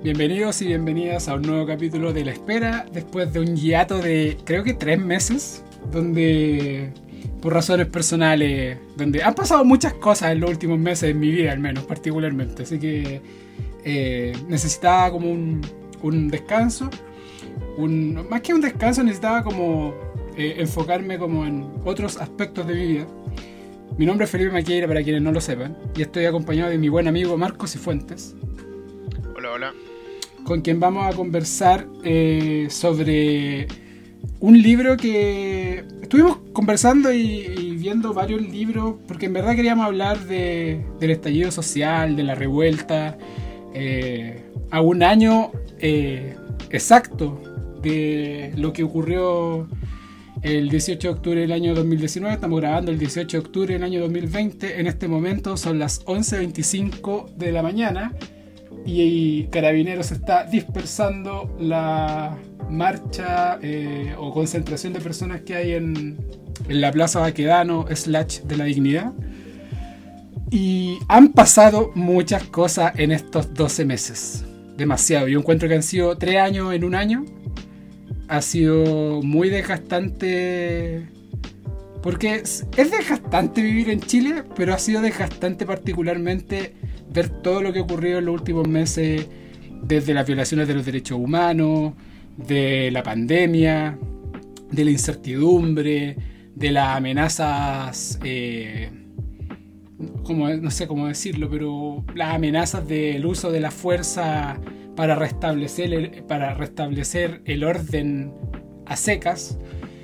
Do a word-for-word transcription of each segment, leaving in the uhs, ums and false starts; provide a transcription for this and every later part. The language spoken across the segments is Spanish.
Bienvenidos y bienvenidas a un nuevo capítulo de La Espera, después de un hiato de creo que tres meses, donde por razones personales, donde han pasado muchas cosas en los últimos meses, en mi vida al menos particularmente, así que eh, necesitaba como un, un descanso, un, más que un descanso necesitaba como eh, enfocarme como en otros aspectos de mi vida. Mi nombre es Felipe Maqueira, para quienes no lo sepan, y estoy acompañado de mi buen amigo Marcos Cifuentes. Hola, hola. Con quien vamos a conversar eh, sobre un libro que estuvimos conversando y, y viendo varios libros, porque en verdad queríamos hablar de, del estallido social, de la revuelta, eh, a un año eh, exacto de lo que ocurrió el dieciocho de octubre del año dos mil diecinueve. Estamos grabando el dieciocho de octubre del año dos mil veinte. En este momento son las once veinticinco de la mañana. Y Carabineros está dispersando la marcha eh, o concentración de personas que hay en, en la Plaza Baquedano slash de la Dignidad. Y han pasado muchas cosas en estos doce meses. Demasiado. Yo encuentro que han sido tres años en un año. Ha sido muy desgastante. Porque es, es desgastante vivir en Chile, pero ha sido desgastante particularmente ver todo lo que ha ocurrido en los últimos meses, desde las violaciones de los derechos humanos, de la pandemia, de la incertidumbre, de las amenazas, eh, como, no sé cómo decirlo, pero las amenazas del uso de la fuerza para restablecer el, para restablecer el orden a secas,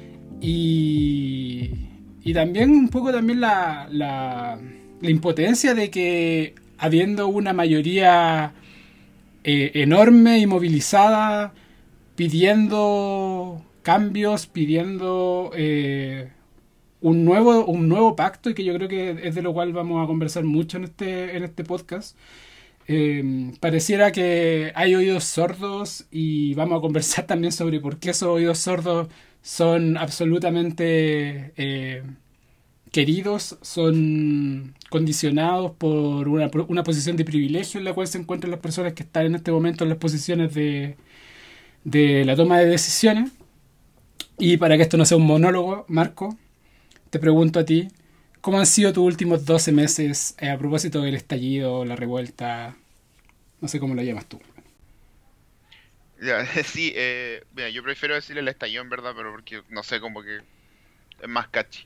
y, y también un poco también la, la, la impotencia de que, habiendo una mayoría eh, enorme y movilizada, pidiendo cambios, pidiendo eh, un nuevo un nuevo pacto, y que yo creo que es de lo cual vamos a conversar mucho en este, en este podcast. Eh, pareciera que hay oídos sordos, y vamos a conversar también sobre por qué esos oídos sordos son absolutamente eh, queridos, son condicionados por una, una posición de privilegio en la cual se encuentran las personas que están en este momento en las posiciones de, de la toma de decisiones. Y para que esto no sea un monólogo, Marco, te pregunto a ti, ¿cómo han sido tus últimos doce meses eh, a propósito del estallido, la revuelta? No sé cómo lo llamas tú. Ya, sí, eh, mira, yo prefiero decirle el estallido en verdad, pero porque no sé, como que es más catchy.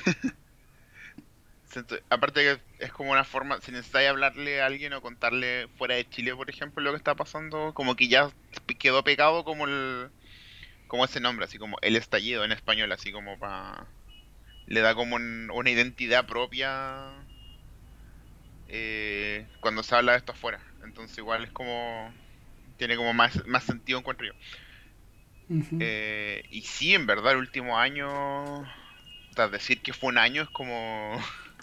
Siento- Aparte que es como una forma, si necesitáis hablarle a alguien o contarle fuera de Chile, por ejemplo, lo que está pasando, como que ya pe- quedó pegado como el, como ese nombre, así como el estallido en español, así como para, le da como un- una identidad propia eh, cuando se habla de esto afuera. Entonces igual es como, tiene como más, más sentido encuentro yo. Uh-huh. Eh, y sí, en verdad, el último año, tras decir que fue un año es como...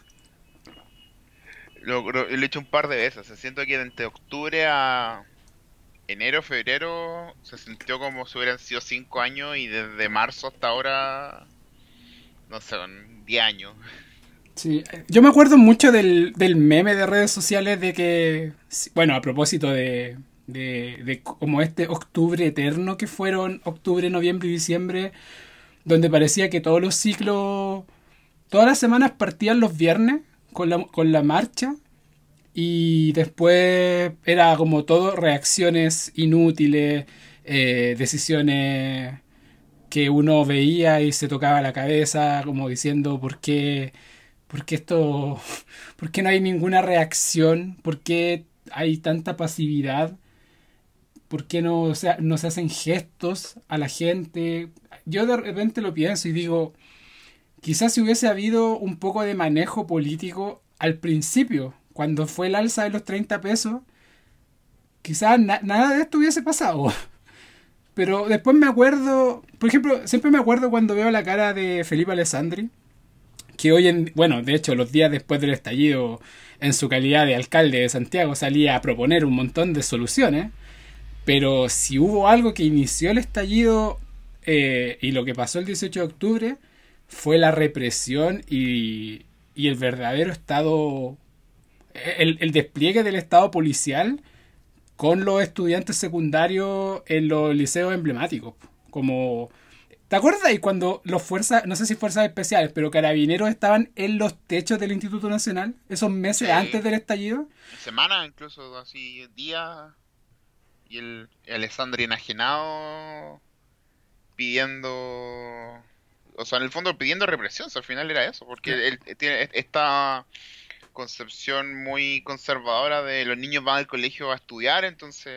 Lo, lo- lo he hecho un par de veces. Se siento que entre octubre a enero, febrero, se sintió como si hubieran sido cinco años y desde marzo hasta ahora, no sé, son diez años. Sí, yo me acuerdo mucho del, del meme de redes sociales de que, bueno, a propósito de, de, de como este octubre eterno que fueron octubre, noviembre y diciembre, donde parecía que todos los ciclos, todas las semanas partían los viernes con la, con la marcha, y después era como todo reacciones inútiles, eh, decisiones que uno veía y se tocaba la cabeza como diciendo por qué, por qué esto, por qué no hay ninguna reacción, por qué hay tanta pasividad, por qué no, o sea, no se hacen gestos a la gente. Yo de repente lo pienso y digo, quizás si hubiese habido un poco de manejo político al principio, cuando fue el alza de los treinta pesos, quizás na- nada de esto hubiese pasado. Pero después me acuerdo, por ejemplo, siempre me acuerdo cuando veo la cara de Felipe Alessandri, que hoy en, bueno, de hecho, los días después del estallido, en su calidad de alcalde de Santiago, salía a proponer un montón de soluciones. Pero si hubo algo que inició el estallido eh, y lo que pasó el dieciocho de octubre, fue la represión y, y el verdadero estado, el, el despliegue del estado policial con los estudiantes secundarios en los liceos emblemáticos. Como, ¿te acuerdas? Y cuando los fuerzas, no sé si fuerzas especiales, pero carabineros estaban en los techos del Instituto Nacional, esos meses Sí. antes del estallido. Semanas, incluso así, días. Y el, el Alessandro enajenado pidiendo. O sea, en el fondo pidiendo represión. O sea, al final era eso. Porque Claro. él tiene esta concepción muy conservadora de los niños van al colegio a estudiar, entonces.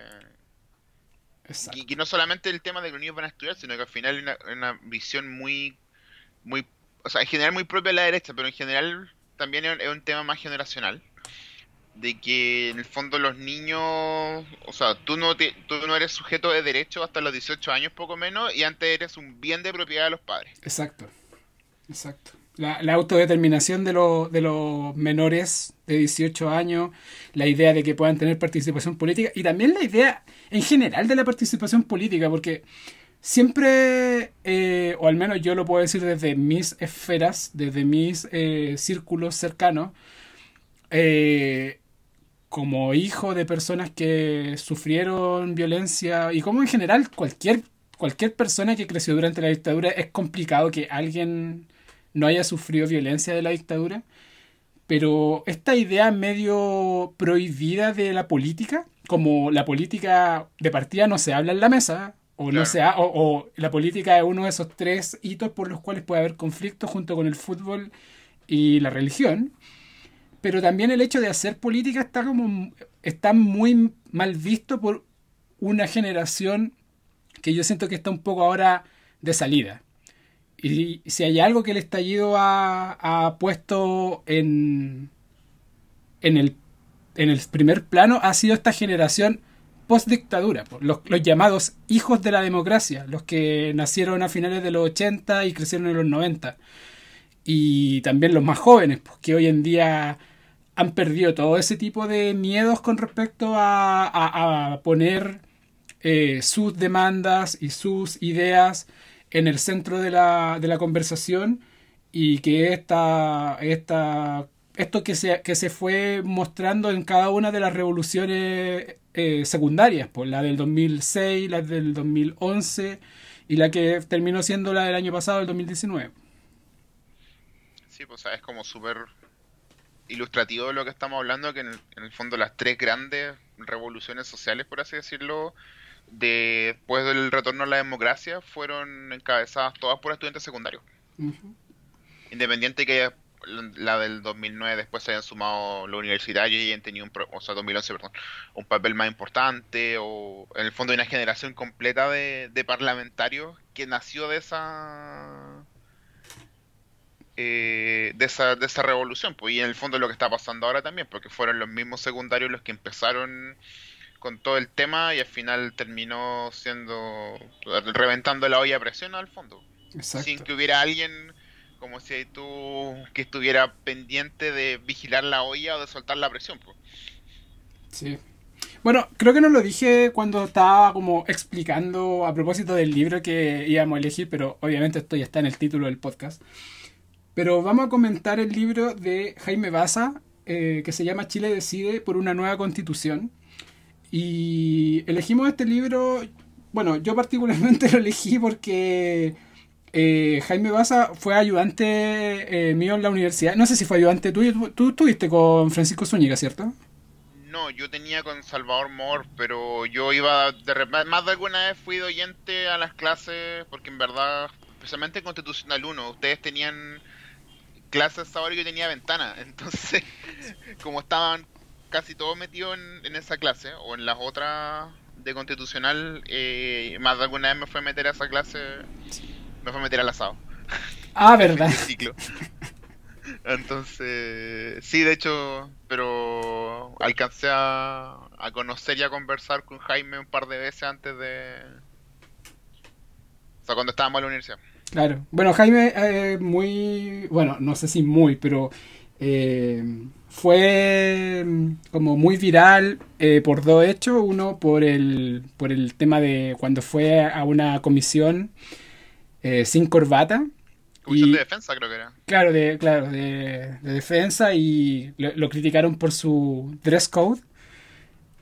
Y, Exacto. y no solamente el tema de que los niños van a estudiar, sino que al final hay una, una visión muy, muy, o sea, en general muy propia de la derecha, pero en general también es un, es un tema más generacional, de que en el fondo los niños, o sea, tú no te, tú no eres sujeto de derecho hasta los dieciocho años poco menos, y antes eres un bien de propiedad de los padres. Exacto. Exacto. La, la autodeterminación de, los de los menores de dieciocho años, la idea de que puedan tener participación política y también la idea en general de la participación política, porque siempre, eh, o al menos yo lo puedo decir desde mis esferas, desde mis eh, círculos cercanos, eh, como hijo de personas que sufrieron violencia y como en general cualquier, cualquier persona que creció durante la dictadura, es complicado que alguien no haya sufrido violencia de la dictadura, pero esta idea medio prohibida de la política, como la política de partida no se habla en la mesa, o no Claro. se ha- o, o la política es uno de esos tres hitos por los cuales puede haber conflicto junto con el fútbol y la religión, pero también el hecho de hacer política está como está muy mal visto por una generación que yo siento que está un poco ahora de salida. Y si hay algo que el estallido ha, ha puesto en, en, el, en el primer plano, ha sido esta generación post-dictadura, los, los llamados hijos de la democracia, los que nacieron a finales de los ochenta y crecieron en los noventa. Y también los más jóvenes, pues, que hoy en día han perdido todo ese tipo de miedos con respecto a, a, a poner eh, sus demandas y sus ideas en el centro de la, de la conversación y que esta, esta, esto que se, que se fue mostrando en cada una de las revoluciones eh, secundarias, pues la del dos mil seis, la del dos mil once y la que terminó siendo la del año pasado, el dos mil diecinueve. Sí, pues o sea, es como súper ilustrativo de lo que estamos hablando, que en el, en el fondo las tres grandes revoluciones sociales, por así decirlo, de- después del retorno a la democracia, fueron encabezadas todas por estudiantes secundarios. Uh-huh. Independiente que la del dos mil nueve después se hayan sumado los universitarios y hayan tenido un, pro- o sea, dos mil once, perdón, un papel más importante, o en el fondo hay una generación completa de, de parlamentarios que nació de esa eh, de esa, de esa revolución, pues, y en el fondo es lo que está pasando ahora también, porque fueron los mismos secundarios los que empezaron con todo el tema y al final terminó siendo reventando la olla a presión al fondo, sin Exacto. que hubiera alguien como si tú que estuviera pendiente de vigilar la olla o de soltar la presión, pues. Sí. Bueno, creo que no lo dije cuando estaba como explicando a propósito del libro que íbamos a elegir, pero obviamente esto ya está en el título del podcast. Pero vamos a comentar el libro de Jaime Baza, eh, que se llama Chile decide por una nueva constitución. Y elegimos este libro, bueno, yo particularmente lo elegí porque eh, Jaime Baza fue ayudante eh, mío en la universidad. No sé si fue ayudante tuyo, tú, tú estuviste con Francisco Zúñiga, ¿cierto? No, yo tenía con Salvador Mor, pero yo iba de repente, más de alguna vez fui de oyente a las clases, porque en verdad, especialmente en Constitucional uno, ustedes tenían clases ahora y yo tenía ventana, entonces como estaban casi todos metidos en, en esa clase o en las otras de Constitucional, eh, más de alguna vez me fue a meter a esa clase, me fue a meter al asado Ah, de fin verdad. de ciclo. Entonces, sí, de hecho, pero alcancé a, a conocer y a conversar con Jaime un par de veces antes de... O sea, cuando estábamos en la universidad. Claro. Bueno, Jaime, eh, muy, bueno, no sé si muy, pero eh, fue mm, como muy viral eh, por dos hechos. Uno por el, por el tema de cuando fue a una comisión eh, sin corbata. Comisión de Y Defensa creo que era. claro, de, claro, de, de defensa y lo, lo criticaron por su dress code.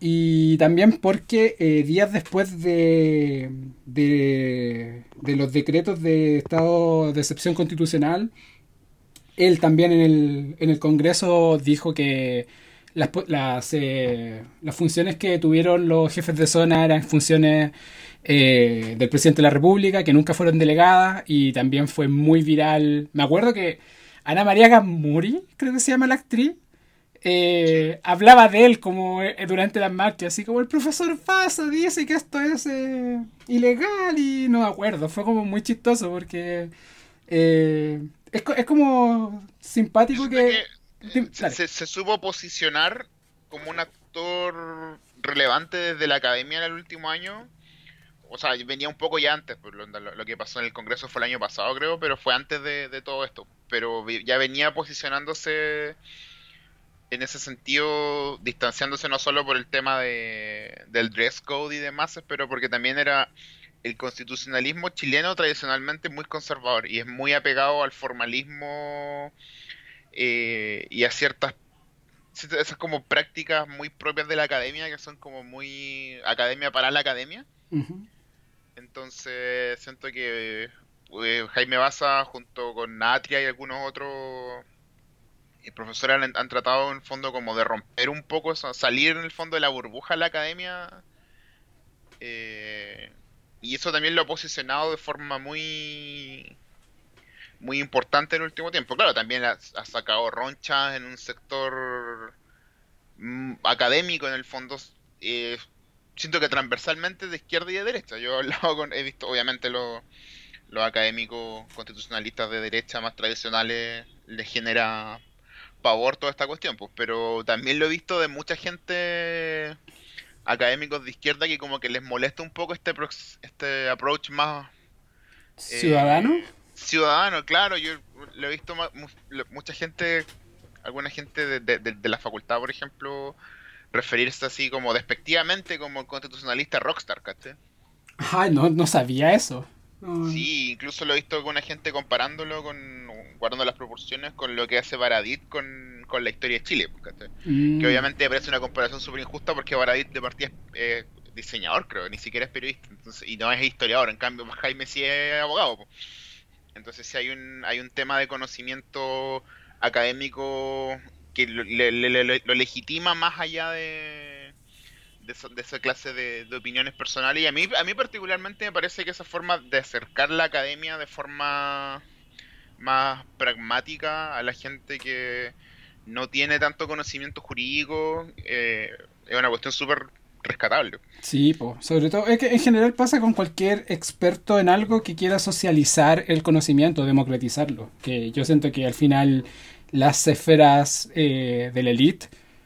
Y también porque eh, días después de, de, de los decretos de estado de excepción constitucional, él también en el, en el Congreso dijo que las, las, eh, las funciones que tuvieron los jefes de zona eran funciones eh, del presidente de la República, que nunca fueron delegadas, y también fue muy viral. Me acuerdo que Ana María Gamuri, creo que se llama la actriz, eh, hablaba de él como eh, durante las marchas, así como el profesor Faso dice que esto es eh, ilegal, y no me acuerdo, fue como muy chistoso porque eh, es, es como simpático que... que se, se, se supo posicionar como un actor relevante desde la academia en el último año. O sea, venía un poco ya antes, pues, lo, lo que pasó en el Congreso fue el año pasado, creo, pero fue antes de, de todo esto. Pero ya venía posicionándose en ese sentido, distanciándose no solo por el tema de, del dress code y demás, pero porque también era el constitucionalismo chileno tradicionalmente muy conservador y es muy apegado al formalismo eh, y a ciertas esas como prácticas muy propias de la academia que son como muy academia para la academia. Uh-huh. Entonces siento que eh, Jaime Baza junto con Natria y algunos otros profesores han, han tratado en el fondo como de romper un poco eso, salir en el fondo de la burbuja de la academia eh, y eso también lo ha posicionado de forma muy muy importante en el último tiempo. Claro, también ha, ha sacado ronchas en un sector mm, académico en el fondo. Eh, siento que transversalmente de izquierda y de derecha. Yo he hablado con, he visto obviamente los, los académicos constitucionalistas de derecha más tradicionales les genera pavor toda esta cuestión, pues, pero también lo he visto de mucha gente académicos de izquierda que como que les molesta un poco este este approach más ¿Ciudadano? Eh, ciudadano, claro, yo lo he visto ma- mu- lo- mucha gente, alguna gente de, de- de- de la facultad, por ejemplo, referirse así como despectivamente como constitucionalista rockstar, ¿cachai? Ay, no, no sabía eso. No. Sí, incluso lo he visto con una gente comparándolo con, guardando las proporciones con lo que hace Baradit con, con la historia de Chile, pues, ¿cachai? Que Mm, obviamente me parece una comparación súper injusta porque Baradit de partida es eh, diseñador, creo, ni siquiera es periodista, entonces, y no es historiador, en cambio Jaime sí es abogado, pues. Entonces sí hay un, hay un tema de conocimiento académico que lo, le- le- le- lo legitima más allá de, de, esa, de esa clase de, de opiniones personales. Y a mí, a mí particularmente me parece que esa forma de acercar la academia de forma más pragmática a la gente que no tiene tanto conocimiento jurídico eh, es una cuestión súper rescatable. sí, po. Sobre todo, es que en general pasa con cualquier experto en algo que quiera socializar el conocimiento, democratizarlo. Que yo siento que al final las esferas eh, de la élite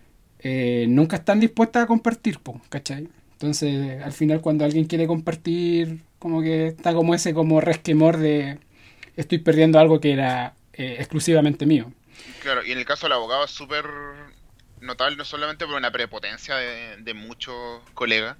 eh, nunca están dispuestas a compartir, po, ¿cachai? Entonces, al final cuando alguien quiere compartir, como que está como ese como resquemor de estoy perdiendo algo que era eh, exclusivamente mío. Claro, y en el caso del abogado es súper notable no solamente por una prepotencia de, de muchos colegas,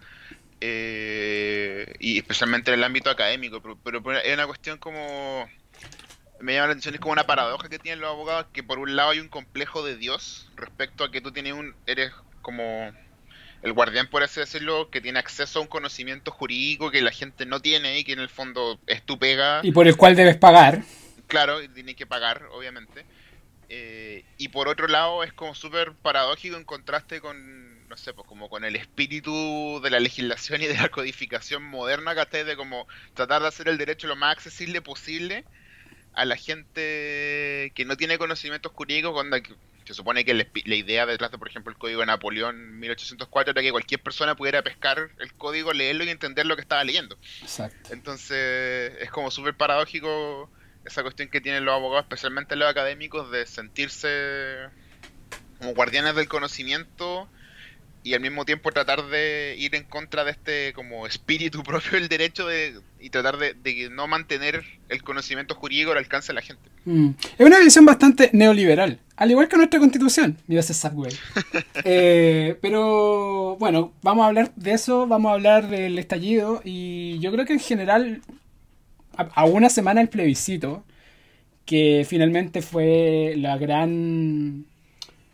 eh, y especialmente en el ámbito académico, pero, pero por- es una cuestión como... Me llama la atención, es como una paradoja que tienen los abogados, que por un lado hay un complejo de Dios respecto a que tú tienes un, eres como el guardián, por así decirlo, que tiene acceso a un conocimiento jurídico que la gente no tiene y que en el fondo es tu pega, Y por el cual debes pagar. claro, y tiene que pagar, obviamente. Eh, y por otro lado es como súper paradójico en contraste con, no sé, pues como con el espíritu de la legislación y de la codificación moderna, ¿cachai? De como tratar de hacer el derecho lo más accesible posible a la gente que no tiene conocimientos jurídicos, cuando se supone que el espi- la idea detrás de, por ejemplo, el Código de Napoleón mil ochocientos cuatro era que cualquier persona pudiera pescar el código, leerlo y entender lo que estaba leyendo. Exacto. Entonces es como súper paradójico esa cuestión que tienen los abogados, especialmente los académicos, de sentirse como guardianes del conocimiento y al mismo tiempo tratar de ir en contra de este como espíritu propio del derecho de, y tratar de, de no mantener el conocimiento jurídico al alcance de la gente. Mm. Es una visión bastante neoliberal, al igual que nuestra constitución. Mira ese Subway. Eh, pero bueno, vamos a hablar de eso, vamos a hablar del estallido y yo creo que en general, a, a una semana del plebiscito, que finalmente fue la gran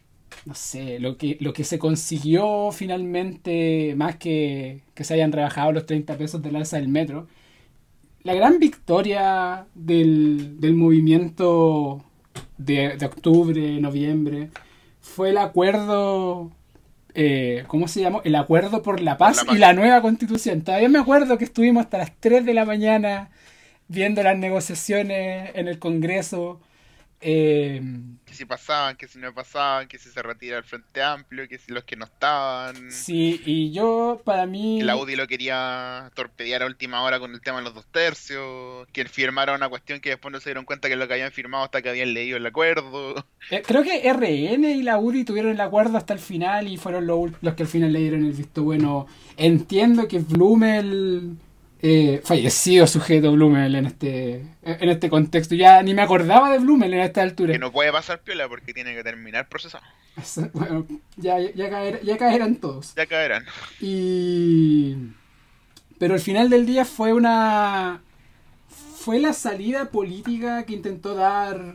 no sé, lo que, lo que se consiguió finalmente, más que que se hayan rebajado los treinta pesos del alza del metro, la gran victoria del, del movimiento de, de octubre, noviembre, fue el acuerdo, eh, ¿cómo se llamó? El acuerdo por la paz, Por la paz. Y la nueva constitución. Todavía me acuerdo que estuvimos hasta las tres de la mañana viendo las negociaciones en el Congreso. Eh, Que si pasaban, que si no pasaban, que si se retira el Frente Amplio, que si los que no estaban. sí, y yo, para mí... Que la U D I lo quería torpedear a última hora con el tema de los dos tercios. Que firmaron una cuestión que después no se dieron cuenta que es lo que habían firmado hasta que habían leído el acuerdo. Eh, creo que R N y la U D I tuvieron el acuerdo hasta el final y fueron los, ul- los que al final le dieron el visto bueno. Entiendo que Blumel, eh, fallecido sujeto Blumel en este en este contexto, ya ni me acordaba de Blumel en esta altura. Que no puede pasar piola porque tiene que terminar procesado. Bueno, ya, ya, caer- ya caerán todos. Ya caerán. Y... Pero al final del día fue una... Fue la salida política que intentó dar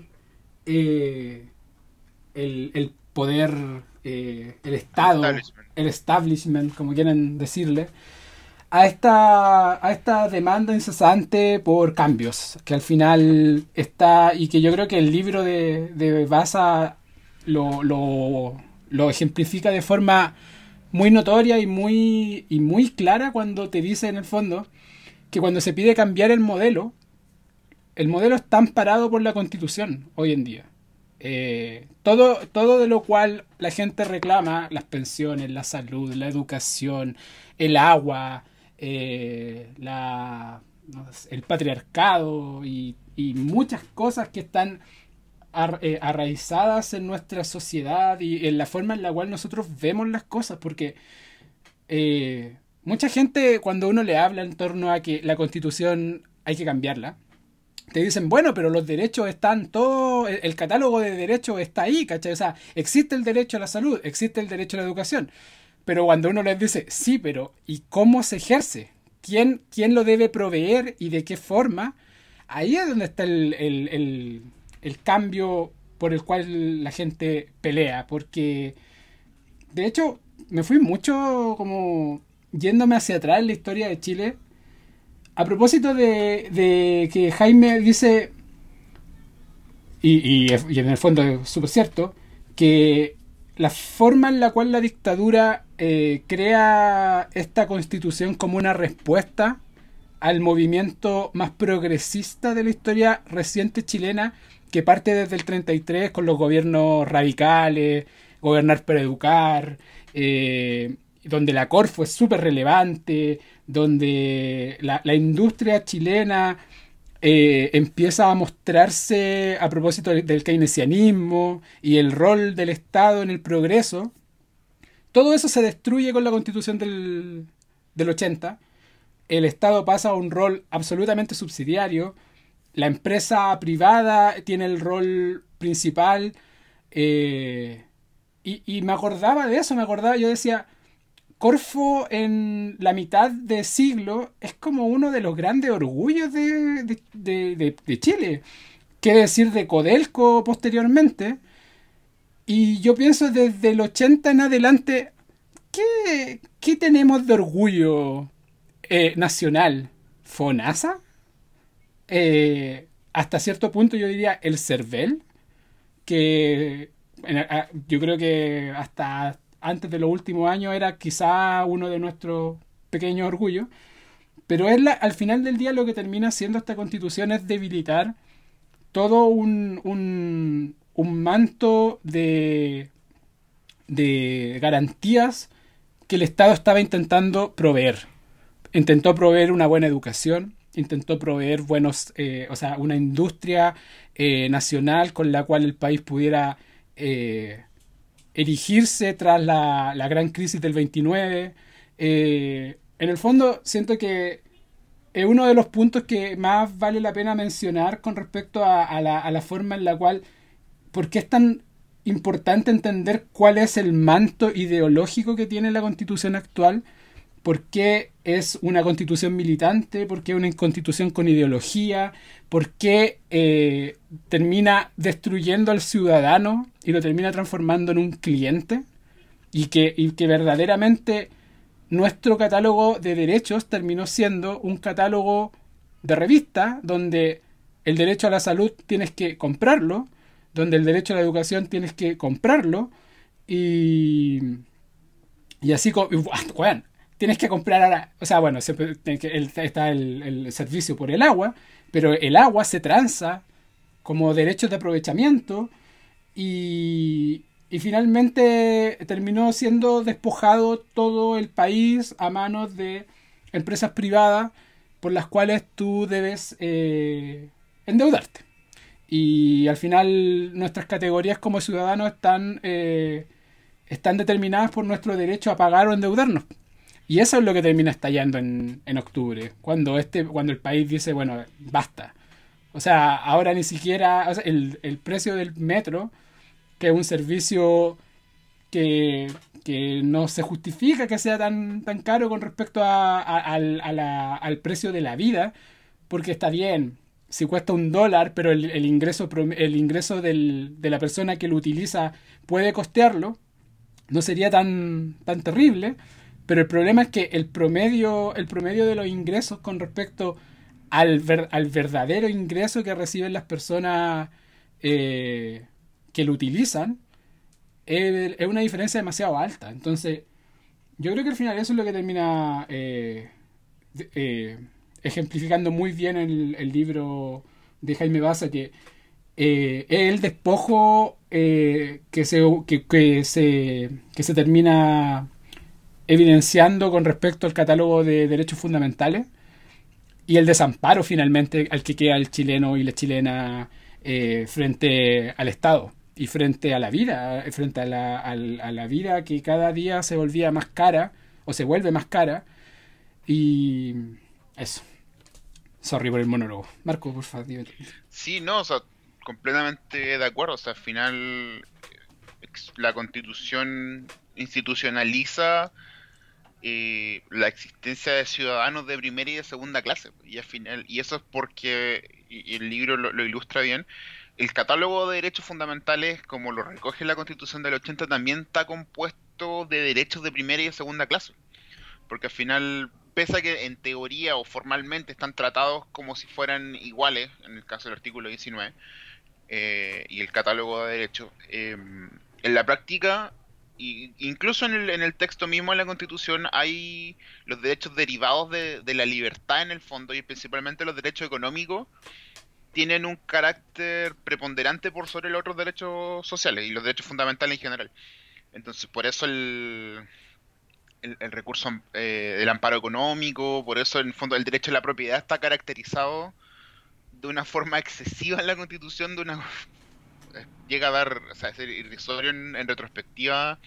eh, el, el poder, eh, el Estado, Establishment. el establishment, como quieran decirle, a esta, a esta demanda incesante por cambios, que al final está, y que yo creo que el libro de, de Baza lo, lo, lo ejemplifica de forma muy notoria y muy, y muy clara cuando te dice en el fondo que cuando se pide cambiar el modelo, el modelo está amparado por la Constitución hoy en día. Eh, todo, todo de lo cual la gente reclama, las pensiones, la salud, la educación, el agua, eh, la, no sé, el patriarcado y, y muchas cosas que están ar, eh, arraizadas en nuestra sociedad y en la forma en la cual nosotros vemos las cosas, porque eh, mucha gente, cuando uno le habla en torno a que la Constitución hay que cambiarla, te dicen, bueno, pero los derechos están todos, el, el catálogo de derechos está ahí, ¿cachai? O sea, existe el derecho a la salud, existe el derecho a la educación, pero cuando uno les dice, sí, pero ¿y cómo se ejerce? ¿Quién, quién lo debe proveer y de qué forma? Ahí es donde está el, el, el, el cambio por el cual la gente pelea, porque de hecho me fui mucho como yéndome hacia atrás en la historia de Chile. A propósito de, de que Jaime dice, y, y, y en el fondo es súper cierto, que la forma en la cual la dictadura eh, crea esta constitución como una respuesta al movimiento más progresista de la historia reciente chilena, que parte desde el treinta y tres con los gobiernos radicales, gobernar para educar, eh, donde la Corfo es súper relevante, donde la, la industria chilena eh, empieza a mostrarse a propósito del, del keynesianismo y el rol del Estado en el progreso. Todo eso se destruye con la Constitución del, del ochenta. El Estado pasa a un rol absolutamente subsidiario. La empresa privada tiene el rol principal. Eh, y, y me acordaba de eso, me acordaba, yo decía, Corfo en la mitad de siglo es como uno de los grandes orgullos de, de, de, de, de Chile. Qué decir de Codelco posteriormente. Y yo pienso desde el ochenta en adelante, ¿qué, qué tenemos de orgullo eh, nacional? ¿FONASA? Eh, hasta cierto punto yo diría el CERVEL, que en, a, yo creo que hasta antes de los últimos años era quizá uno de nuestros pequeños orgullos, pero es la, al final del día lo que termina haciendo esta constitución es debilitar todo un, un, un manto de, de garantías que el Estado estaba intentando proveer. Intentó proveer una buena educación, intentó proveer buenos, eh, o sea, una industria eh, nacional con la cual el país pudiera eh, erigirse tras la, la gran crisis del veintinueve. Eh, en el fondo, siento que es uno de los puntos que más vale la pena mencionar con respecto a, a, la, a la forma en la cual, por qué es tan importante entender cuál es el manto ideológico que tiene la Constitución actual, por qué es una constitución militante? ¿Por qué es una constitución con ideología? ¿Por qué eh, termina destruyendo al ciudadano y lo termina transformando en un cliente? Y que, y que verdaderamente nuestro catálogo de derechos terminó siendo un catálogo de revista donde el derecho a la salud tienes que comprarlo, donde el derecho a la educación tienes que comprarlo, y, y así, bueno, tienes que comprar ahora, o sea, bueno, siempre está el, el servicio por el agua, pero el agua se transa como derechos de aprovechamiento y, y finalmente terminó siendo despojado todo el país a manos de empresas privadas por las cuales tú debes eh, endeudarte. Y al final nuestras categorías como ciudadanos están, eh, están determinadas por nuestro derecho a pagar o endeudarnos. Y eso es lo que termina estallando en, en octubre, cuando, este, cuando el país dice, bueno, basta. O sea, ahora ni siquiera, o sea, el, el precio del metro, que es un servicio que, que no se justifica que sea tan, tan caro con respecto a, a, al, a la, al precio de la vida, porque está bien, si cuesta un dólar, pero el, el ingreso, el ingreso del, de la persona que lo utiliza puede costearlo, no sería tan, tan terrible. Pero el problema es que el promedio, el promedio de los ingresos con respecto al, ver, al verdadero ingreso que reciben las personas eh, que lo utilizan es, es una diferencia demasiado alta. Entonces, yo creo que al final eso es lo que termina eh, eh, ejemplificando muy bien el, el libro de Jaime Baza, que eh, es el despojo eh, que, se, que, que, se, que se termina evidenciando con respecto al catálogo de derechos fundamentales y el desamparo finalmente al que queda el chileno y la chilena eh, frente al Estado y frente a la vida, frente a la, a, a la vida que cada día se volvía más cara o se vuelve más cara. Y eso. Sorry por el monólogo. Marco, por favor. Dime. Sí, no, o sea, completamente de acuerdo. O sea, al final la Constitución institucionaliza eh, la existencia de ciudadanos de primera y de segunda clase. Y al final, y eso es porque, y el libro lo, lo ilustra bien, el catálogo de derechos fundamentales, como lo recoge la Constitución del ochenta, también está compuesto de derechos de primera y de segunda clase. Porque al final, pese a que en teoría o formalmente están tratados como si fueran iguales, en el caso del artículo diecinueve, eh, y el catálogo de derechos, eh, en la práctica, y incluso en el, en el texto mismo de la Constitución, hay los derechos derivados de, de la libertad en el fondo, y principalmente los derechos económicos tienen un carácter preponderante por sobre los otros derechos sociales y los derechos fundamentales en general. Entonces, por eso el, el, el recurso eh, del amparo económico, por eso en el fondo el derecho a la propiedad está caracterizado de una forma excesiva en la Constitución, de una llega a dar, o sea, es irrisorio en, en retrospectiva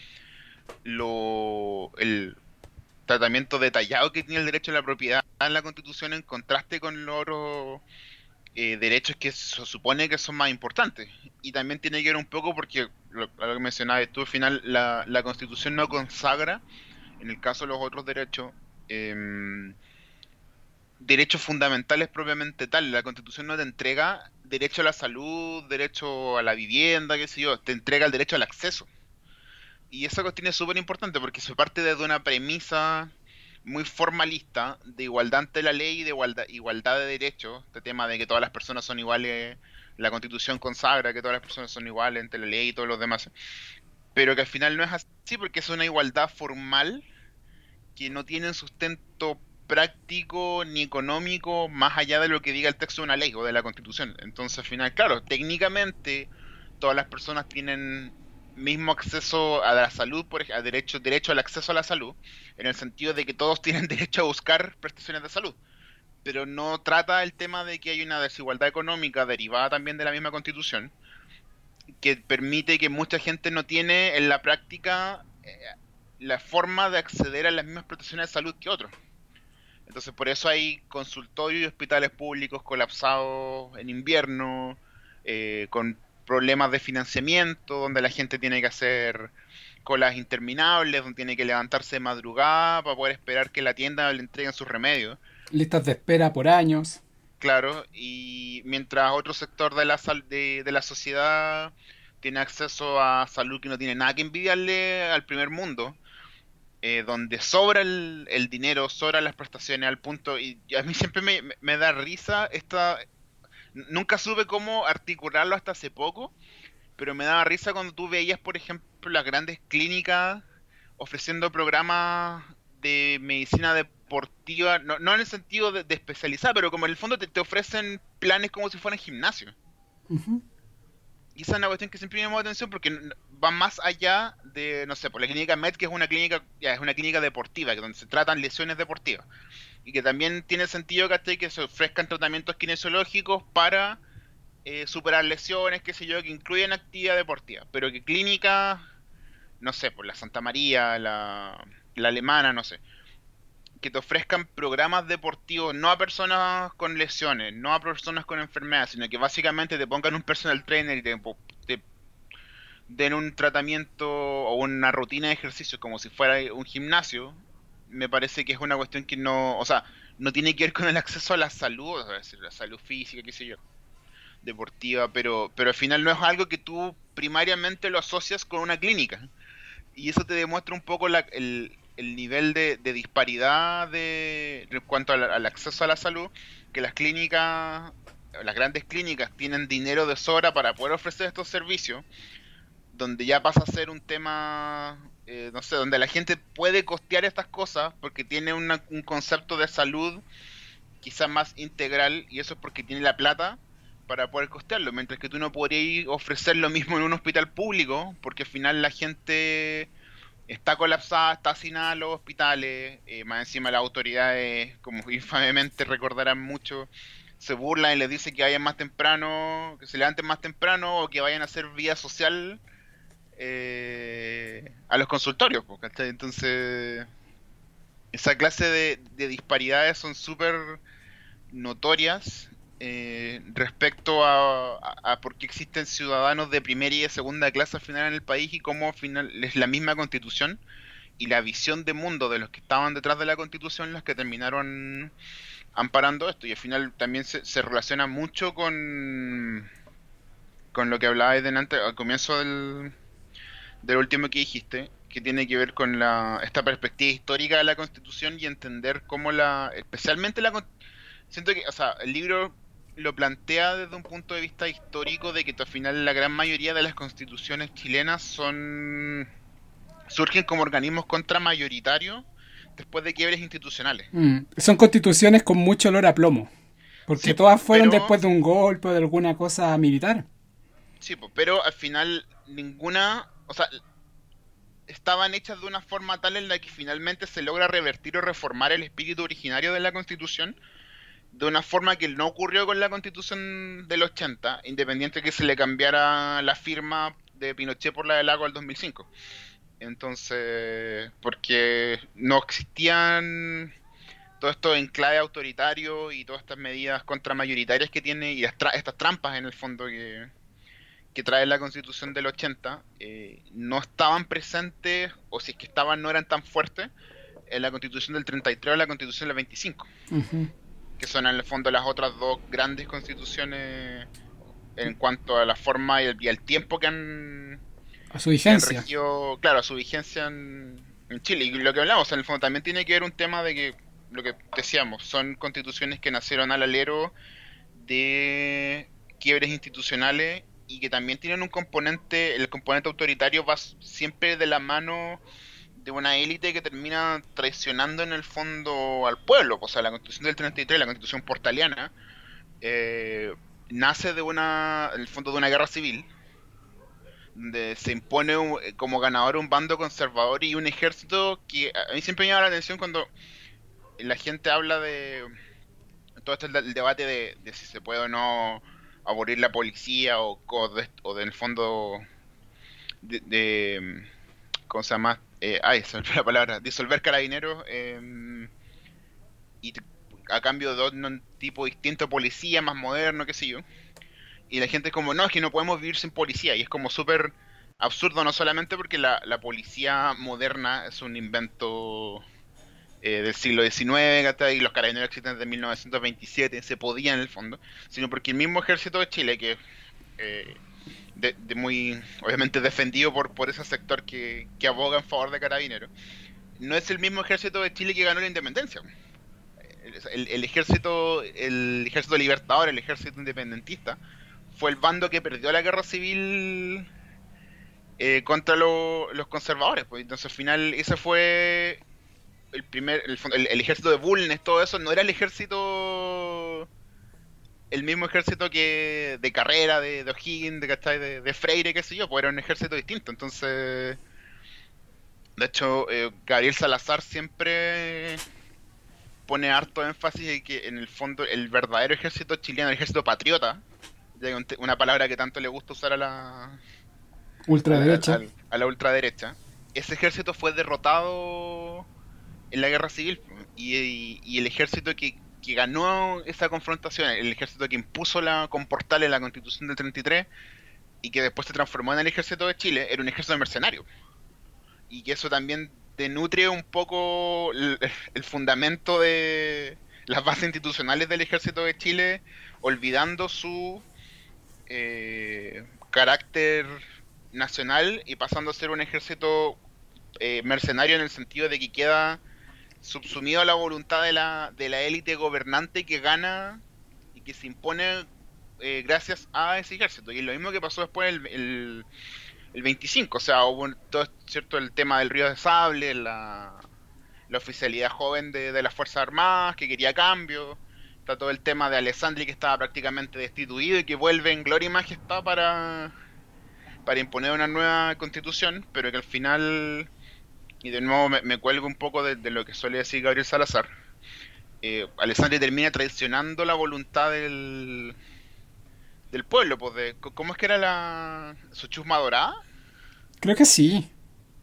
lo el tratamiento detallado que tiene el derecho a la propiedad en la Constitución en contraste con los otros eh, derechos que se supone que son más importantes. Y también tiene que ver un poco porque, lo, lo que mencionabas tú, al final la, la Constitución no consagra, en el caso de los otros derechos, eh, derechos fundamentales propiamente tal. La Constitución no te entrega derecho a la salud, derecho a la vivienda, qué sé yo, te entrega el derecho al acceso. Y esa cuestión es súper importante porque se parte desde una premisa muy formalista de igualdad ante la ley y de igualdad, igualdad de derechos, este tema de que todas las personas son iguales, la Constitución consagra que todas las personas son iguales ante la ley y todos los demás, pero que al final no es así porque es una igualdad formal que no tiene sustento práctico ni económico más allá de lo que diga el texto de una ley o de la Constitución. Entonces al final, claro, técnicamente todas las personas tienen mismo acceso a la salud, por ejemplo, a derecho, derecho al acceso a la salud, en el sentido de que todos tienen derecho a buscar prestaciones de salud, pero no trata el tema de que hay una desigualdad económica derivada también de la misma Constitución, que permite que mucha gente no tiene en la práctica eh, la forma de acceder a las mismas prestaciones de salud que otros. Entonces por eso hay consultorios y hospitales públicos colapsados en invierno, eh, con problemas de financiamiento, donde la gente tiene que hacer colas interminables, donde tiene que levantarse de madrugada para poder esperar que la tienda le entreguen sus remedios. Listas de espera por años. Claro, y mientras otro sector de la, sal- de, de la sociedad tiene acceso a salud que no tiene nada que envidiarle al primer mundo, eh, donde sobra el, el dinero, sobran las prestaciones al punto, y, y a mí siempre me, me- me da risa esta, nunca supe cómo articularlo hasta hace poco, pero me daba risa cuando tú veías, por ejemplo, las grandes clínicas ofreciendo programas de medicina deportiva, no, no en el sentido de, de especializar, pero como en el fondo te, te ofrecen planes como si fueran gimnasio. Ujú. Y esa es una cuestión que siempre me llamó la atención porque n- va más allá de, no sé, por la clínica Med, que es una clínica, ya, es una clínica deportiva, que donde se tratan lesiones deportivas. Y que también tiene sentido, ¿cachai? Que se ofrezcan tratamientos kinesiológicos para eh, superar lesiones, qué sé yo, que incluyen actividad deportiva. Pero que clínicas, no sé, por la Santa María, la, la Alemana, no sé, que te ofrezcan programas deportivos no a personas con lesiones, no a personas con enfermedades, sino que básicamente te pongan un personal trainer y te, te den un tratamiento o una rutina de ejercicio como si fuera un gimnasio, me parece que es una cuestión que no, o sea, no tiene que ver con el acceso a la salud, o sea, es decir, la salud física, qué sé yo, deportiva, pero, pero al final no es algo que tú primariamente lo asocias con una clínica. Y eso te demuestra un poco la- el, el nivel de, de disparidad de, en cuanto al, al acceso a la salud, que las clínicas, las grandes clínicas tienen dinero de sobra para poder ofrecer estos servicios, donde ya pasa a ser un tema, eh, no sé, donde la gente puede costear estas cosas porque tiene una- un concepto de salud quizás más integral, y eso es porque tiene la plata para poder costearlo, mientras que tú no podrías ofrecer lo mismo en un hospital público, porque al final la gente está colapsada, está hacinada en los hospitales, eh, más encima las autoridades, como infamemente recordarán mucho, se burlan y les dicen que vayan más temprano, que se levanten más temprano o que vayan a hacer vida social eh, a los consultorios, po, ¿cachai? Entonces, esa clase de, de disparidades son súper notorias eh, respecto a, a, a por qué existen ciudadanos de primera y de segunda clase al final en el país, y cómo al final es la misma constitución y la visión de mundo de los que estaban detrás de la constitución las que terminaron amparando esto. Y al final también se, se relaciona mucho con, con lo que hablabais delante al comienzo del, del último que dijiste, que tiene que ver con la, esta perspectiva histórica de la Constitución y entender cómo la, especialmente la, con- siento que, o sea, el libro lo plantea desde un punto de vista histórico de que al final la gran mayoría de las constituciones chilenas son, surgen como organismos contramayoritarios después de quiebres institucionales. Mm. Son constituciones con mucho olor a plomo. Porque Sí, po, todas fueron pero, después de un golpe o de alguna cosa militar. sí, po, pero al final ninguna, o sea, estaban hechas de una forma tal en la que finalmente se logra revertir o reformar el espíritu originario de la Constitución de una forma que no ocurrió con la Constitución del ochenta, independiente que se le cambiara la firma de Pinochet por la del Lago del dos mil cinco. Entonces, porque no existían todos estos enclaves autoritarios y todas estas medidas contramayoritarias que tiene y las tra- estas trampas en el fondo que, que trae la Constitución del ochenta, eh, no estaban presentes, o si es que estaban no eran tan fuertes en la Constitución del treinta y tres o la Constitución del veinticinco, Ujú. que son en el fondo las otras dos grandes constituciones en cuanto a la forma y el, y el tiempo que han, A su que han vigencia. regido, claro, a su vigencia en, en Chile. Y lo que hablamos, en el fondo, también tiene que ver un tema de que, lo que decíamos, son constituciones que nacieron al alero de quiebres institucionales y que también tienen un componente, el componente autoritario va siempre de la mano de una élite que termina traicionando en el fondo al pueblo. O sea, la constitución del treinta y tres, la constitución portaliana, eh, nace de una, en el fondo de una guerra civil, donde se impone un- como ganador un bando conservador y un ejército que a mí siempre me llama la atención cuando la gente habla de todo esto, el, el debate de, de si se puede o no abolir la policía o, o, de, o de, en el fondo de, de ¿cómo se llama? Eh, ay, se me fue la palabra, disolver carabineros eh, y t- a cambio de un tipo distinto de policía, más moderno, qué sé yo. Y la gente es como, no, es que no podemos vivir sin policía. Y es como súper absurdo no solamente porque la, la policía moderna es un invento eh, del siglo diecinueve, ¿cachai? Y los carabineros existen desde mil novecientos veintisiete, se podía en el fondo, sino porque el mismo ejército de Chile, que eh, de, de muy, obviamente defendido por, por ese sector que, que aboga en favor de carabineros, no es el mismo ejército de Chile que ganó la independencia. El, el, el ejército, el ejército libertador, el ejército independentista, fue el bando que perdió la guerra civil eh, contra lo, los conservadores. Pues. Entonces al final ese fue el primer, el, el, el ejército de Bulnes, todo eso, no era el ejército, el mismo ejército que de Carrera, de, de O'Higgins, de, ¿cachai? De, de Freire, qué sé yo, pues era un ejército distinto. Entonces, de hecho, eh, Gabriel Salazar siempre pone harto énfasis en que en el fondo el verdadero ejército chileno, el ejército patriota, una palabra que tanto le gusta usar a la ultraderecha, a la, a, a la ultraderecha, ese ejército fue derrotado en la guerra civil y, y, y el ejército que, que ganó esa confrontación, el ejército que impuso la con Portales la Constitución del treinta y tres y que después se transformó en el ejército de Chile, era un ejército de mercenarios, y que eso también denutre un poco el, el fundamento de las bases institucionales del ejército de Chile, olvidando su eh, carácter nacional y pasando a ser un ejército eh, mercenario en el sentido de que queda subsumido a la voluntad de la de la élite gobernante que gana y que se impone eh, gracias a ese ejército. Y lo mismo que pasó después el, el, el veinticinco, o sea, hubo todo cierto el tema del Río de Sable, la, la oficialidad joven de, de las Fuerzas Armadas que quería cambio, está todo el tema de Alessandri que estaba prácticamente destituido y que vuelve en gloria y majestad para para imponer una nueva constitución, pero que al final, y de nuevo me, me cuelgo un poco de, de lo que suele decir Gabriel Salazar, eh, Alessandri termina traicionando la voluntad del del pueblo, pues de, ¿cómo es que era la su chusma dorada? Creo que sí.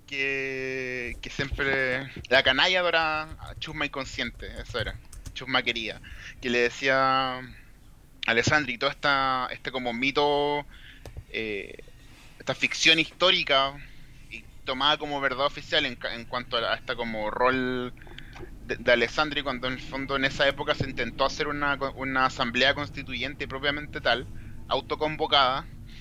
Que, que siempre, la canalla dorada, chusma inconsciente, eso era, chusma querida, que le decía Alessandri, todo esta, este como mito, eh, esta ficción histórica y tomada como verdad oficial en, en cuanto a, a esta como rol de, de Alessandri, cuando en el fondo en esa época se intentó hacer una, una asamblea constituyente propiamente tal, autoconvocada,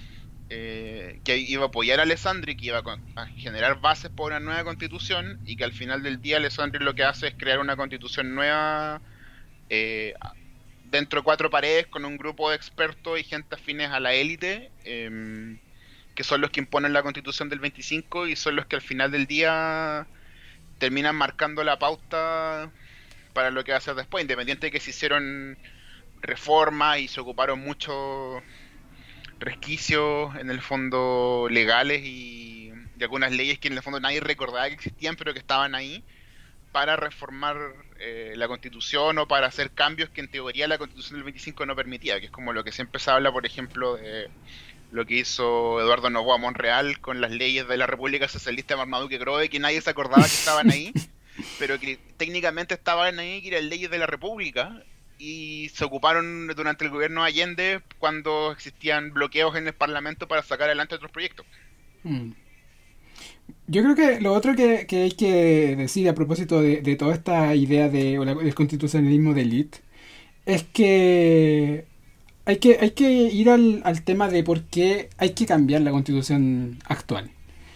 eh, que iba a apoyar a Alessandri, que iba a, a generar bases para una nueva constitución, y que al final del día Alessandri lo que hace es crear una constitución nueva eh, dentro de cuatro paredes con un grupo de expertos y gente afines a la élite, eh, que son los que imponen la constitución del veinticinco y son los que al final del día terminan marcando la pauta para lo que va a ser después, independiente de que se hicieron reformas y se ocuparon muchos resquicios en el fondo legales y de algunas leyes que en el fondo nadie recordaba que existían pero que estaban ahí para reformar eh, la constitución o para hacer cambios que en teoría la constitución del veinticinco no permitía, que es como lo que siempre se habla, por ejemplo, de lo que hizo Eduardo Noboa Monreal con las leyes de la República Socialista de Marmaduke Grove, que nadie se acordaba que estaban ahí, pero que técnicamente estaban ahí, que eran leyes de la República, y se ocuparon durante el gobierno de Allende cuando existían bloqueos en el Parlamento para sacar adelante otros proyectos. Mm. Yo creo que lo otro que, que hay que decir a propósito de, de toda esta idea de, o la, del constitucionalismo de élite es que hay que, hay que ir al, al tema de por qué hay que cambiar la constitución actual.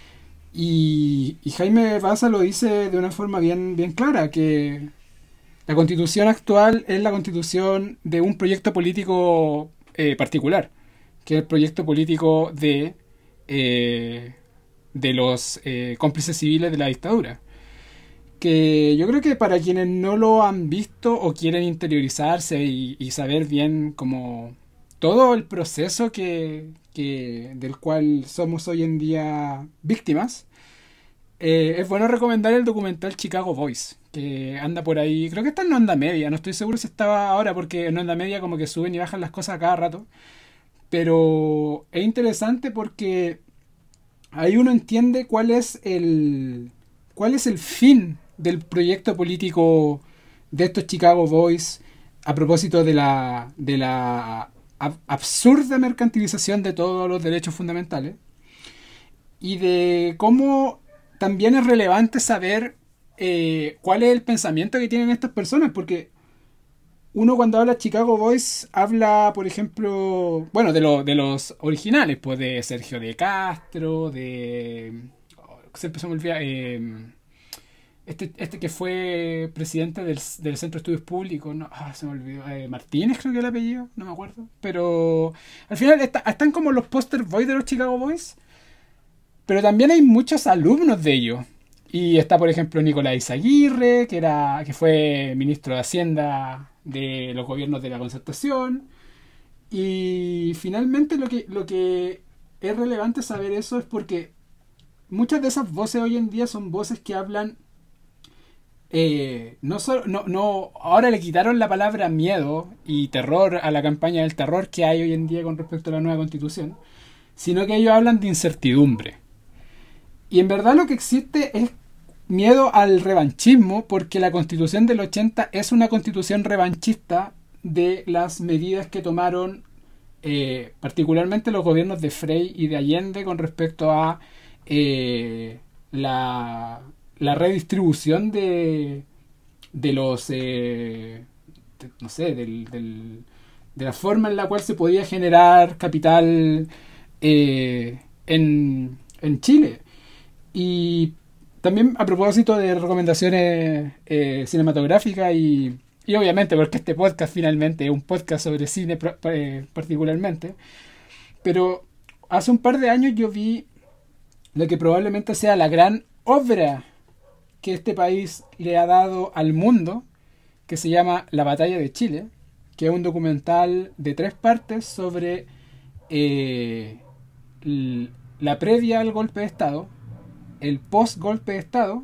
Y, y Jaime Baza lo dice de una forma bien, bien clara, que la constitución actual es la constitución de un proyecto político eh, particular, que es el proyecto político de, eh, de los eh, cómplices civiles de la dictadura. Que yo creo que para quienes no lo han visto o quieren interiorizarse y, y saber bien como todo el proceso que, que del cual somos hoy en día víctimas, eh, es bueno recomendar el documental Chicago Boys, que anda por ahí, creo que está en Onda Media, no estoy seguro si estaba ahora porque en Onda Media como que suben y bajan las cosas a cada rato, pero es interesante porque ahí uno entiende cuál es el cuál es el fin del proyecto político de estos Chicago Boys a propósito de la de la ab- absurda mercantilización de todos los derechos fundamentales. y de cómo también es relevante saber eh, cuál es el pensamiento que tienen estas personas, porque uno cuando habla Chicago Boys habla, por ejemplo, bueno, de, lo, de los originales, pues de Sergio de Castro, de... oh, siempre se me olvida... Eh, este, este que fue presidente del, del Centro de Estudios Públicos, no, ah, se me olvidó, eh, Martínez creo que era el apellido, no me acuerdo, pero al final está, están como los poster boys de los Chicago Boys, pero también hay muchos alumnos de ellos. Y está, por ejemplo, Nicolás Izaguirre, que era que fue ministro de Hacienda de los gobiernos de la Concertación. Y finalmente lo que, lo que es relevante saber eso es porque muchas de esas voces hoy en día son voces que hablan... Eh, no solo, no, no, ahora le quitaron la palabra miedo y terror a la campaña del terror que hay hoy en día con respecto a la nueva constitución, sino que ellos hablan de incertidumbre. Y en verdad lo que existe es miedo al revanchismo, porque la constitución del ochenta es una constitución revanchista de las medidas que tomaron eh, particularmente los gobiernos de Frei y de Allende con respecto a eh, la, la redistribución de, de los eh, de, no sé, del, del, de la forma en la cual se podía generar capital eh, en, en Chile. Y también a propósito de recomendaciones eh, cinematográficas y, y obviamente porque este podcast finalmente es un podcast sobre cine eh, particularmente, pero hace un par de años yo vi lo que probablemente sea la gran obra que este país le ha dado al mundo, que se llama La Batalla de Chile, que es un documental de tres partes sobre eh, la previa al golpe de Estado, el post golpe de Estado,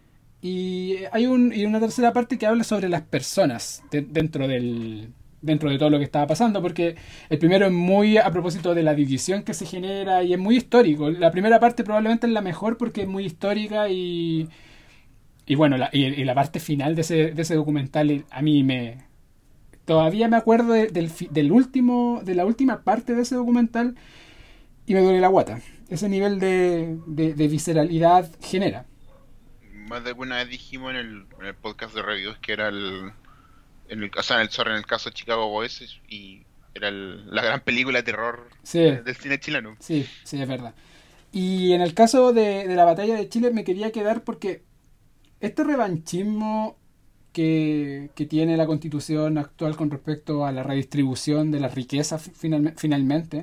y hay un, y una tercera parte que habla sobre las personas de, dentro del dentro de todo lo que estaba pasando, porque el primero es muy a propósito de la división que se genera y es muy histórico. La primera parte probablemente es la mejor porque es muy histórica y y bueno, la, y, y la parte final de ese, de ese documental a mí me todavía me acuerdo de, del, del último de la última parte de ese documental y me duele la guata. Ese nivel de, de, de visceralidad genera. Más de alguna vez dijimos en el, en el podcast de reviews que era el, en el, o sea, en el, sorry, en el caso de Chicago Boys y era el, la gran película de terror sí. de, del cine chileno. Sí, sí, es verdad. Y en el caso de, de la batalla de Chile me quería quedar porque este revanchismo que, que tiene la constitución actual con respecto a la redistribución de las riquezas final, finalmente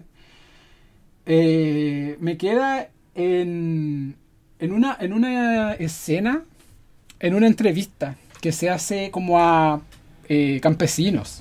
eh, me queda en, en, una, en una escena, en una entrevista que se hace como a eh, campesinos.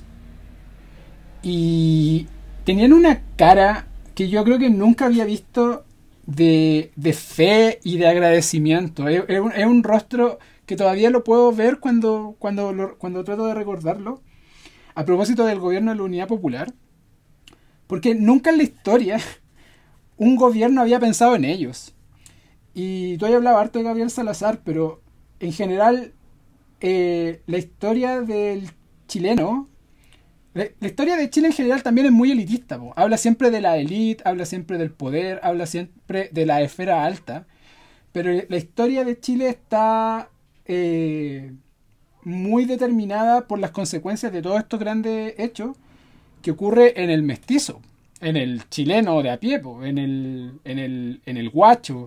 Y tenían una cara que yo creo que nunca había visto de, de fe y de agradecimiento. Es, es, un, es un rostro que todavía lo puedo ver cuando, cuando, lo, cuando trato de recordarlo. A propósito del gobierno de la Unidad Popular. Porque nunca en la historia un gobierno había pensado en ellos. Y tú has hablado harto de Gabriel Salazar, pero en general eh, la historia del chileno, la, la historia de Chile en general también es muy elitista, po. Habla siempre de la élite, habla siempre del poder, habla siempre de la esfera alta, pero la historia de Chile está eh, muy determinada por las consecuencias de todos estos grandes hechos que ocurre en el mestizo, en el chileno de a pie, po, en el, en el, en el guacho.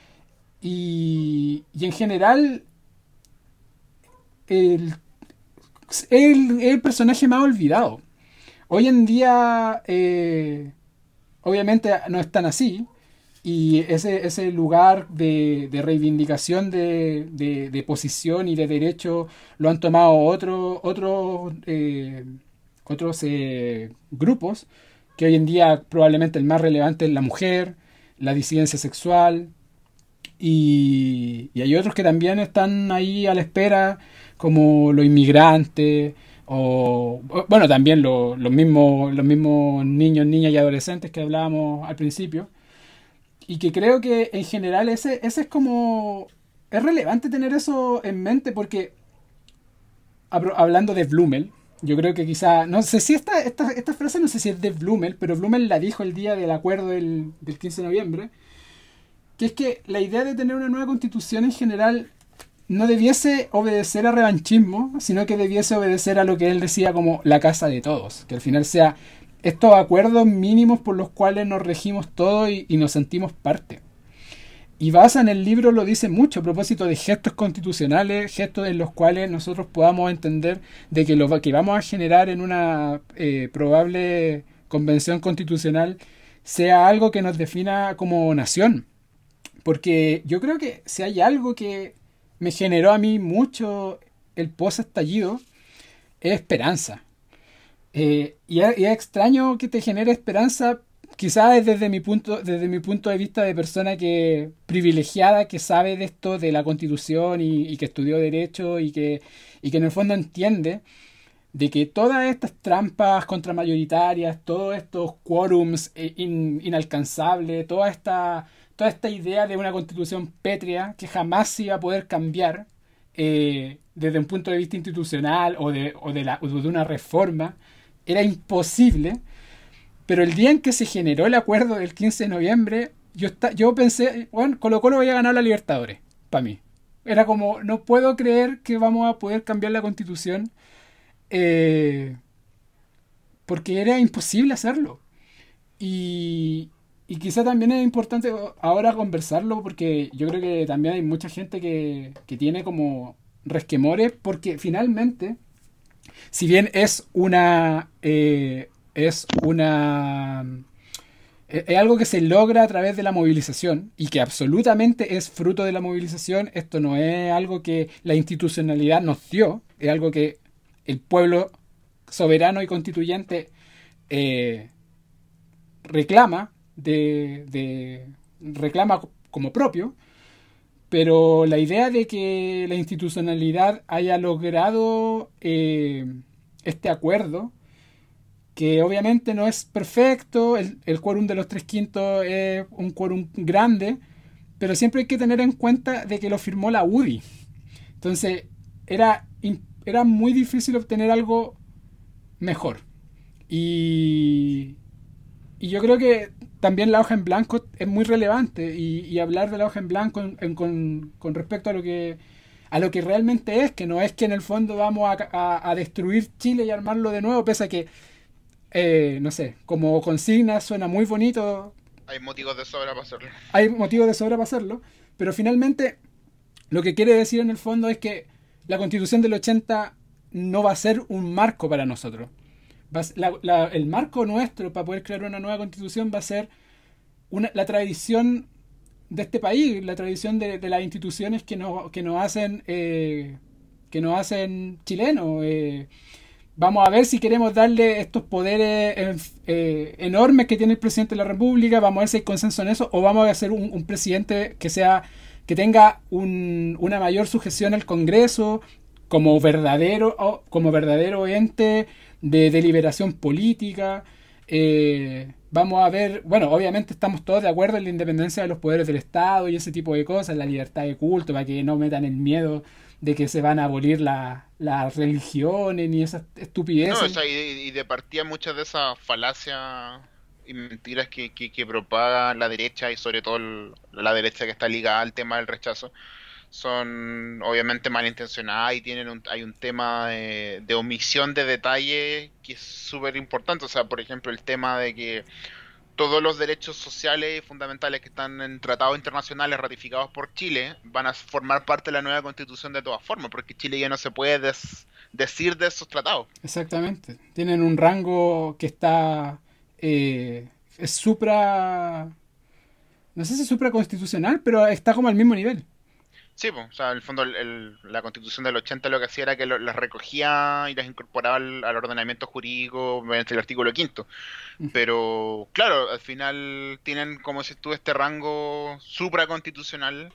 Y, y en general el, el, el personaje más olvidado. Hoy en día eh, obviamente no es tan así y ese, ese lugar de, de reivindicación de, de, de posición y de derecho lo han tomado otro, otro, eh, otros eh, grupos que hoy en día probablemente el más relevante es la mujer, la disidencia sexual. Y, y hay otros que también están ahí a la espera, como los inmigrantes, o bueno, también lo, los, mismos, los mismos niños, niñas y adolescentes que hablábamos al principio. Y que creo que en general ese, ese es como... Es relevante tener eso en mente porque, hablando de Blumel, yo creo que quizá... No sé si esta, esta, esta frase no sé si es de Blumel, pero Blumel la dijo el día del acuerdo del, del quince de noviembre. que es que la idea de tener una nueva constitución en general no debiese obedecer a revanchismo, sino que debiese obedecer a lo que él decía como la casa de todos, que al final sea estos acuerdos mínimos por los cuales nos regimos todos y, y nos sentimos parte. Y Baza en el libro lo dice mucho a propósito de gestos constitucionales, gestos en los cuales nosotros podamos entender de que lo que vamos a generar en una eh, probable convención constitucional sea algo que nos defina como nación. Porque yo creo que si hay algo que me generó a mí mucho el post-estallido, es esperanza. Eh, y, es, y es extraño que te genere esperanza, quizás desde mi punto, desde mi punto de vista de persona que privilegiada, que sabe de esto, de la Constitución y, y que estudió Derecho y que, y que en el fondo entiende de que todas estas trampas contramayoritarias, todos estos quórums in, inalcanzables, toda esta, toda esta idea de una Constitución pétrea que jamás se iba a poder cambiar eh, desde un punto de vista institucional o de, o de, la, o de una reforma, era imposible. Pero el día en que se generó el acuerdo del quince de noviembre, yo, está, yo pensé, bueno, Colo Colo vaya a ganar la Libertadores, para mí. Era como, no puedo creer que vamos a poder cambiar la Constitución, eh, porque era imposible hacerlo. Y, y quizá también es importante ahora conversarlo, porque yo creo que también hay mucha gente que, que tiene como resquemores, porque finalmente, si bien es una... Eh, es una es algo que se logra a través de la movilización y que absolutamente es fruto de la movilización. Esto no es algo que la institucionalidad nos dio, es algo que el pueblo soberano y constituyente eh, reclama de, de reclama como propio. Pero la idea de que la institucionalidad haya logrado eh, este acuerdo, que obviamente no es perfecto, el, el quórum de los tres quintos es un quórum grande, pero siempre hay que tener en cuenta de que lo firmó la U D I. Entonces, era, era muy difícil obtener algo mejor. Y, y yo creo que también la hoja en blanco es muy relevante, y, y hablar de la hoja en blanco en, en, con, con respecto a lo que a lo que realmente es, que no es que en el fondo vamos a, a, a destruir Chile y armarlo de nuevo, pese a que Eh, no sé, como consigna suena muy bonito. Hay motivos de sobra para hacerlo. Hay motivos de sobra para hacerlo, pero finalmente lo que quiere decir en el fondo es que la Constitución del ochenta no va a ser un marco para nosotros. Va a, la, la, el marco nuestro para poder crear una nueva Constitución va a ser una, la tradición de este país, la tradición de, de las instituciones que nos, que nos hacen eh, que nos hacen chilenos. Eh, Vamos a ver si queremos darle estos poderes eh, eh, enormes que tiene el presidente de la República. Vamos a ver si hay consenso en eso, o vamos a hacer un, un presidente que sea que tenga un, una mayor sujeción al Congreso como verdadero oh, como verdadero ente de deliberación política. Eh, vamos a ver, bueno, obviamente estamos todos de acuerdo en la independencia de los poderes del Estado y ese tipo de cosas, la libertad de culto, para que no metan el miedo de que se van a abolir las la religiones ni esas estupideces. No, o sea, y, y de partida muchas de esas falacias y mentiras que, que, que propaga la derecha, y sobre todo el, la derecha que está ligada al tema del rechazo, son obviamente malintencionadas y tienen un, hay un tema de, de omisión de detalle que es súper importante. O sea, por ejemplo, el tema de que todos los derechos sociales y fundamentales que están en tratados internacionales ratificados por Chile van a formar parte de la nueva constitución de todas formas, porque Chile ya no se puede des, decir de esos tratados. Exactamente. Tienen un rango que está eh, es supra, no sé si supra constitucional, pero está como al mismo nivel. Sí, pues, o sea, en el fondo el, el, la constitución del ochenta lo que hacía era que lo, las recogía y las incorporaba al, al ordenamiento jurídico mediante el artículo quinto. Pero, claro, al final tienen, como si tú, este rango supraconstitucional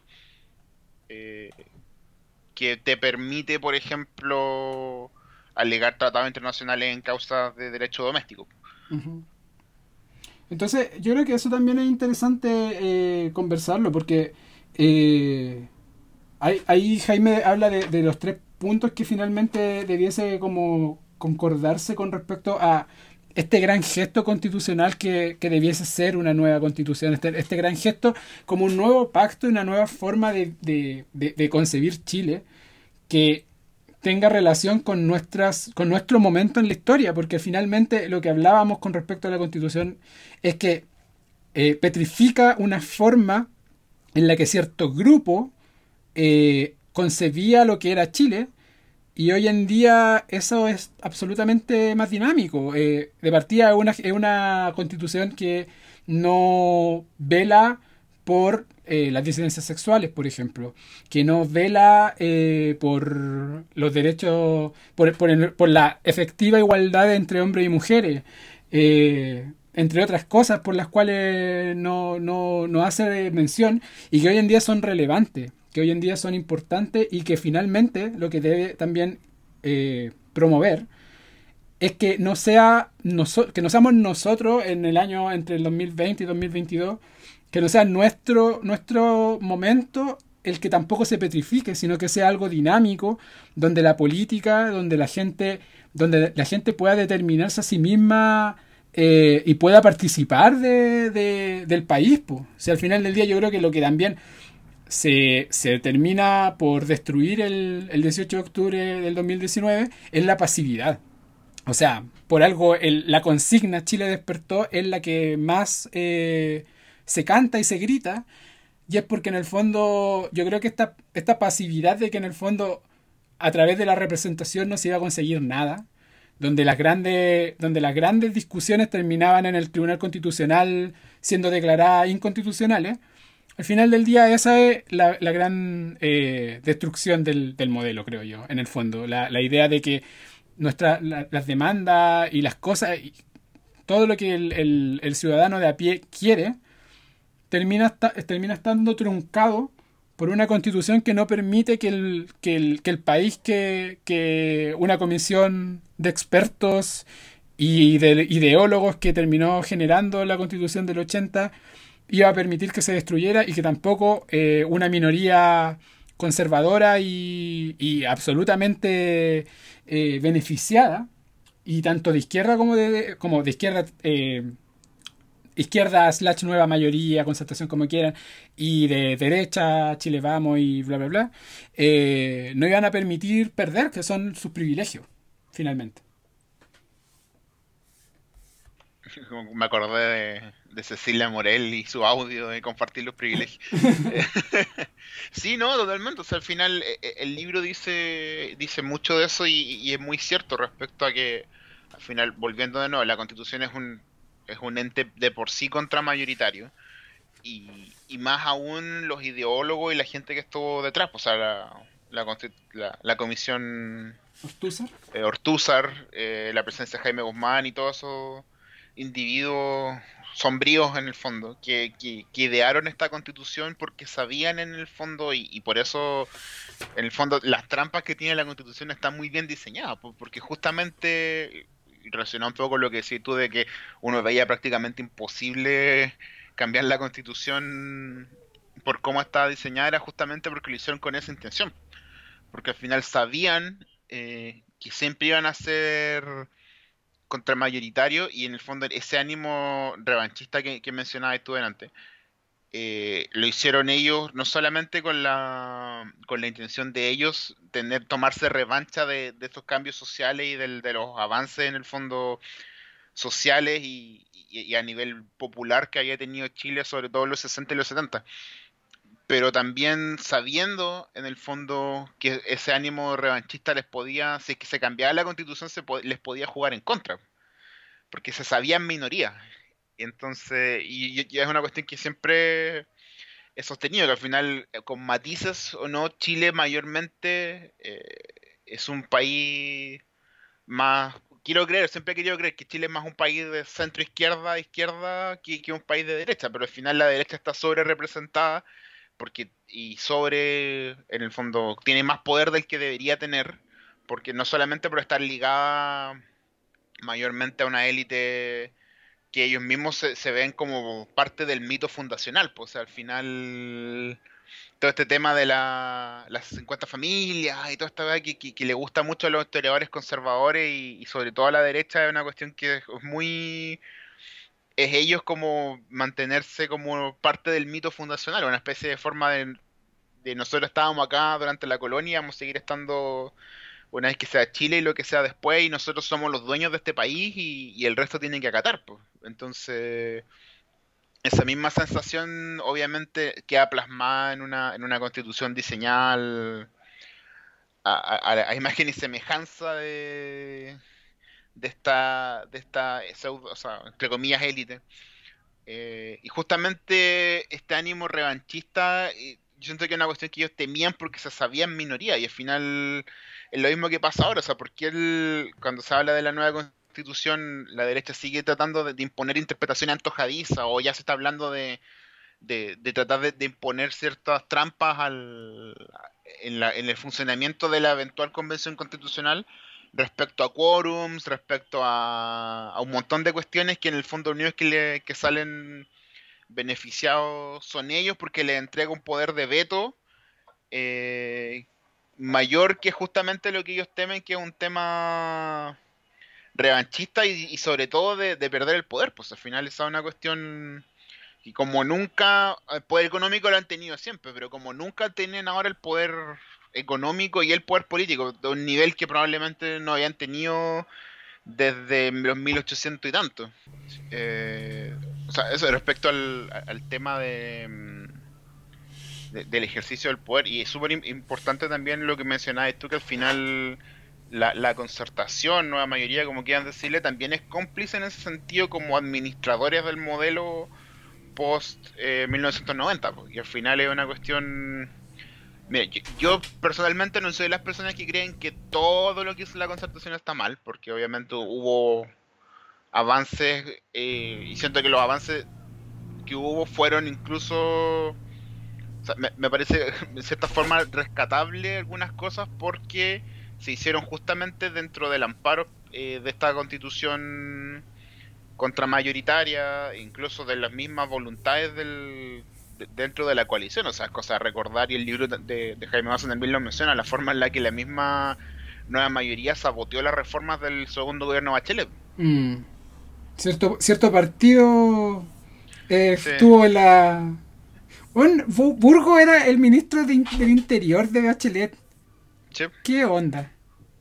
eh, que te permite, por ejemplo, alegar tratados internacionales en causas de derecho doméstico. Uh-huh. Entonces, yo creo que eso también es interesante eh, conversarlo, porque eh, ahí, ahí Jaime habla de, de los tres puntos que finalmente debiese como concordarse con respecto a este gran gesto constitucional que, que debiese ser una nueva constitución, este, este gran gesto como un nuevo pacto, una nueva forma de, de, de, de concebir Chile que tenga relación con nuestras con nuestro momento en la historia, porque finalmente lo que hablábamos con respecto a la constitución es que eh, petrifica una forma en la que cierto grupo eh, concebía lo que era Chile. Y hoy en día eso es absolutamente más dinámico. Eh, de partida es una, es una constitución que no vela por eh, las disidencias sexuales, por ejemplo. Que no vela eh, por los derechos, por, por, el- por la efectiva igualdad entre hombres y mujeres. Eh, entre otras cosas por las cuales no, no, no hace mención y que hoy en día son relevantes, que hoy en día son importantes y que finalmente lo que debe también eh, promover es que no sea noso- que no seamos nosotros en el año entre el dos mil veinte y dos mil veintidós, que no sea nuestro, nuestro momento el que tampoco se petrifique, sino que sea algo dinámico, donde la política, donde la gente, donde la gente pueda determinarse a sí misma eh, y pueda participar de, de- del país. Po. O sea, al final del día yo creo que lo que también se, se termina por destruir el, el dieciocho de octubre del dos mil diecinueve es la pasividad. O sea, por algo el- la consigna Chile despertó es la que más eh, se canta y se grita. Y es porque en el fondo yo creo que esta, esta pasividad de que en el fondo a través de la representación no se iba a conseguir nada, donde las grandes, donde las grandes discusiones terminaban en el Tribunal Constitucional siendo declaradas inconstitucionales, al final del día esa es la, la gran eh, destrucción del, del modelo, creo yo, en el fondo. La, la idea de que nuestra, la- las demandas y las cosas, y todo lo que el, el- el ciudadano de a pie quiere, termina, esta- termina estando truncado por una constitución que no permite que el, que el, que el país, que, que una comisión de expertos y de ideólogos que terminó generando la constitución del ochenta iba a permitir que se destruyera y que tampoco eh, una minoría conservadora y, y absolutamente eh, beneficiada, y tanto de izquierda como de, como de izquierda eh, izquierda slash nueva mayoría, concertación como quieran, y de derecha, Chile Vamos y bla bla bla, eh, no iban a permitir perder, que son sus privilegios, finalmente. Como me acordé de, de Cecilia Morel y su audio de compartir los privilegios. Eh, Sí, no, totalmente. O sea, al final eh, eh, el libro dice, dice mucho de eso y, y es muy cierto respecto a que, al final, volviendo de nuevo, la Constitución es un, es un ente de por sí contramayoritario y, y más aún los ideólogos y la gente que estuvo detrás, pues, o sea, la, la, consti- la- la comisión Ortúzar. eh, Ortúzar, eh, la presencia de Jaime Guzmán y todos esos individuos sombríos en el fondo, que, que, que idearon esta constitución porque sabían en el fondo y, y por eso en el fondo las trampas que tiene la constitución están muy bien diseñadas, po- porque justamente y relacionado un poco con lo que decís tú de que uno veía prácticamente imposible cambiar la constitución por cómo estaba diseñada, era justamente porque lo hicieron con esa intención, porque al final sabían eh, que siempre iban a ser contramayoritario y en el fondo ese ánimo revanchista que, que mencionabas tú delante, eh, lo hicieron ellos no solamente con la, con la intención de ellos tener, tomarse revancha de, de estos cambios sociales y del- de los avances en el fondo sociales y, y- y a nivel popular que había tenido Chile, sobre todo en los sesenta y los setenta, pero también sabiendo en el fondo que ese ánimo revanchista les podía, si es que se cambiaba la constitución, se po- les podía jugar en contra, porque se sabía en minoría. Entonces, y, y es una cuestión que siempre he sostenido, que al final, eh, con matices o no, Chile mayormente eh, es un país más, quiero creer, siempre he querido creer que Chile es más un país de centro izquierda, izquierda, que, que un país de derecha, pero al final la derecha está sobre representada porque y sobre, en el fondo, tiene más poder del que debería tener, porque no solamente por estar ligada mayormente a una élite que ellos mismos se, se ven como parte del mito fundacional, pues o sea, al final todo este tema de la, las cincuenta familias y toda esta verdad que, que, que le gusta mucho a los historiadores conservadores y, y sobre todo a la derecha es una cuestión que es muy... es ellos como mantenerse como parte del mito fundacional, una especie de forma de, de nosotros estábamos acá durante la colonia, vamos a seguir estando una vez que sea Chile y lo que sea después, y nosotros somos los dueños de este país y, y el resto tienen que acatar, pues. Entonces, esa misma sensación obviamente queda plasmada en una, en una constitución diseñada al- a, a- a imagen y semejanza de, de esta, de esta pseudo, o sea, entre comillas, élite. Eh, y justamente este ánimo revanchista, eh, yo siento que es una cuestión que ellos temían porque se sabían minoría y al final es lo mismo que pasa ahora, o sea, porque él, cuando se habla de la nueva constitución, la derecha sigue tratando de, de imponer interpretaciones antojadizas o ya se está hablando de, de, de tratar de, de imponer ciertas trampas al, en, la- en el funcionamiento de la eventual convención constitucional respecto a quórums, respecto a, a un montón de cuestiones que en el fondo lo único que, le, que salen beneficiados son ellos porque les entrega un poder de veto eh, mayor que justamente lo que ellos temen, que es un tema revanchista y, y sobre todo de, de perder el poder. Pues al final esa es una cuestión y como nunca, el poder económico lo han tenido siempre, pero como nunca tienen ahora el poder económico y el poder político, de un nivel que probablemente no habían tenido desde los mil ochocientos y tanto. Eh, o sea, eso respecto al, al tema de, mm, de- del ejercicio del poder. Y es súper im- importante también lo que mencionabas tú, que al final la, la concertación, nueva mayoría, como quieran decirle, también es cómplice en ese sentido como administradores del modelo post eh, mil novecientos noventa, pues, y al final es una cuestión... Mira, yo, yo personalmente no soy de las personas que creen que todo lo que hizo la concertación está mal, porque obviamente hubo avances eh, y siento que los avances que hubo fueron incluso... O sea, me, me parece de cierta forma rescatable algunas cosas porque se hicieron justamente dentro del amparo eh, de esta constitución contramayoritaria, incluso de las mismas voluntades del, de- dentro de la coalición, o sea, es cosa de recordar, y el libro de, de Jaime Mason también lo menciona, la forma en la que la misma nueva mayoría saboteó las reformas del segundo gobierno Bachelet. Mm. Cierto, cierto partido eh, Sí, estuvo en la... Un, Bu- Burgo era el ministro de in- del Interior de Bachelet. sí, ¿Qué onda?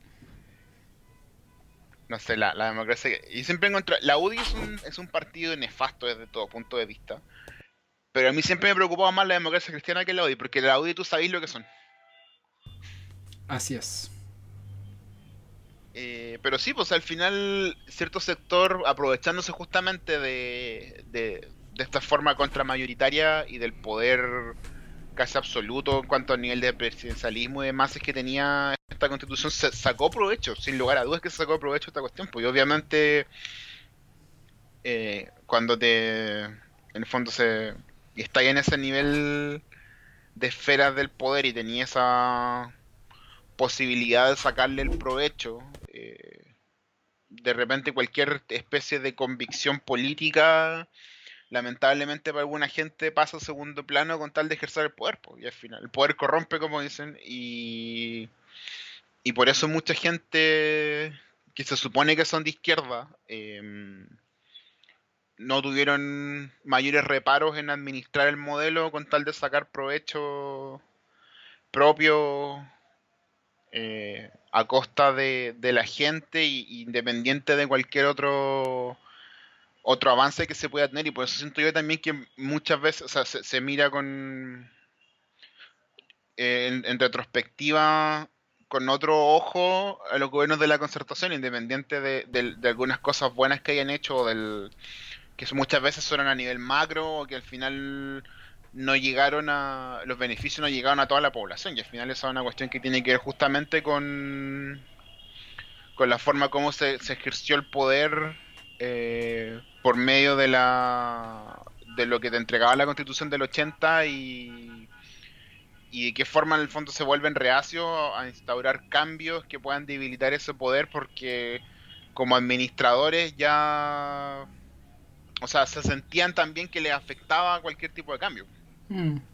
no sé, la, la democracia... Y siempre encontré... La U D I es un, es un partido nefasto desde todo punto de vista, pero a mí siempre me preocupaba más la democracia cristiana que la U D I, porque la U D I tú sabéis lo que son. Así es. Eh, pero sí, pues al final cierto sector aprovechándose justamente de, de, de esta forma contramayoritaria y del poder casi absoluto en cuanto al nivel de presidencialismo y demás es que tenía esta constitución, se sacó provecho, sin lugar a dudas que se sacó provecho de esta cuestión, pues y obviamente eh, cuando te, en el fondo se, y está ahí en ese nivel de esferas del poder y tenía esa posibilidad de sacarle el provecho, eh, de repente cualquier especie de convicción política, lamentablemente para alguna gente pasa a segundo plano con tal de ejercer el poder, pues, y al final el poder corrompe, como dicen, y, y por eso mucha gente que se supone que son de izquierda eh, no tuvieron mayores reparos en administrar el modelo con tal de sacar provecho propio eh, a costa de, de la gente y, independiente de cualquier otro otro avance que se pueda tener y por eso siento yo también que muchas veces, o sea, se, se mira con eh, en, en retrospectiva con otro ojo a los gobiernos de la concertación, independiente de, de- de algunas cosas buenas que hayan hecho o del que muchas veces son a nivel macro o que al final no llegaron a los beneficios no llegaron a toda la población y al final esa es una cuestión que tiene que ver justamente con con la forma como se, se ejerció el poder eh, por medio de la de lo que te entregaba la Constitución del ochenta y, y de qué forma en el fondo se vuelven reacios a instaurar cambios que puedan debilitar ese poder porque como administradores ya, o sea, se sentían también que les afectaba cualquier tipo de cambio. Mm.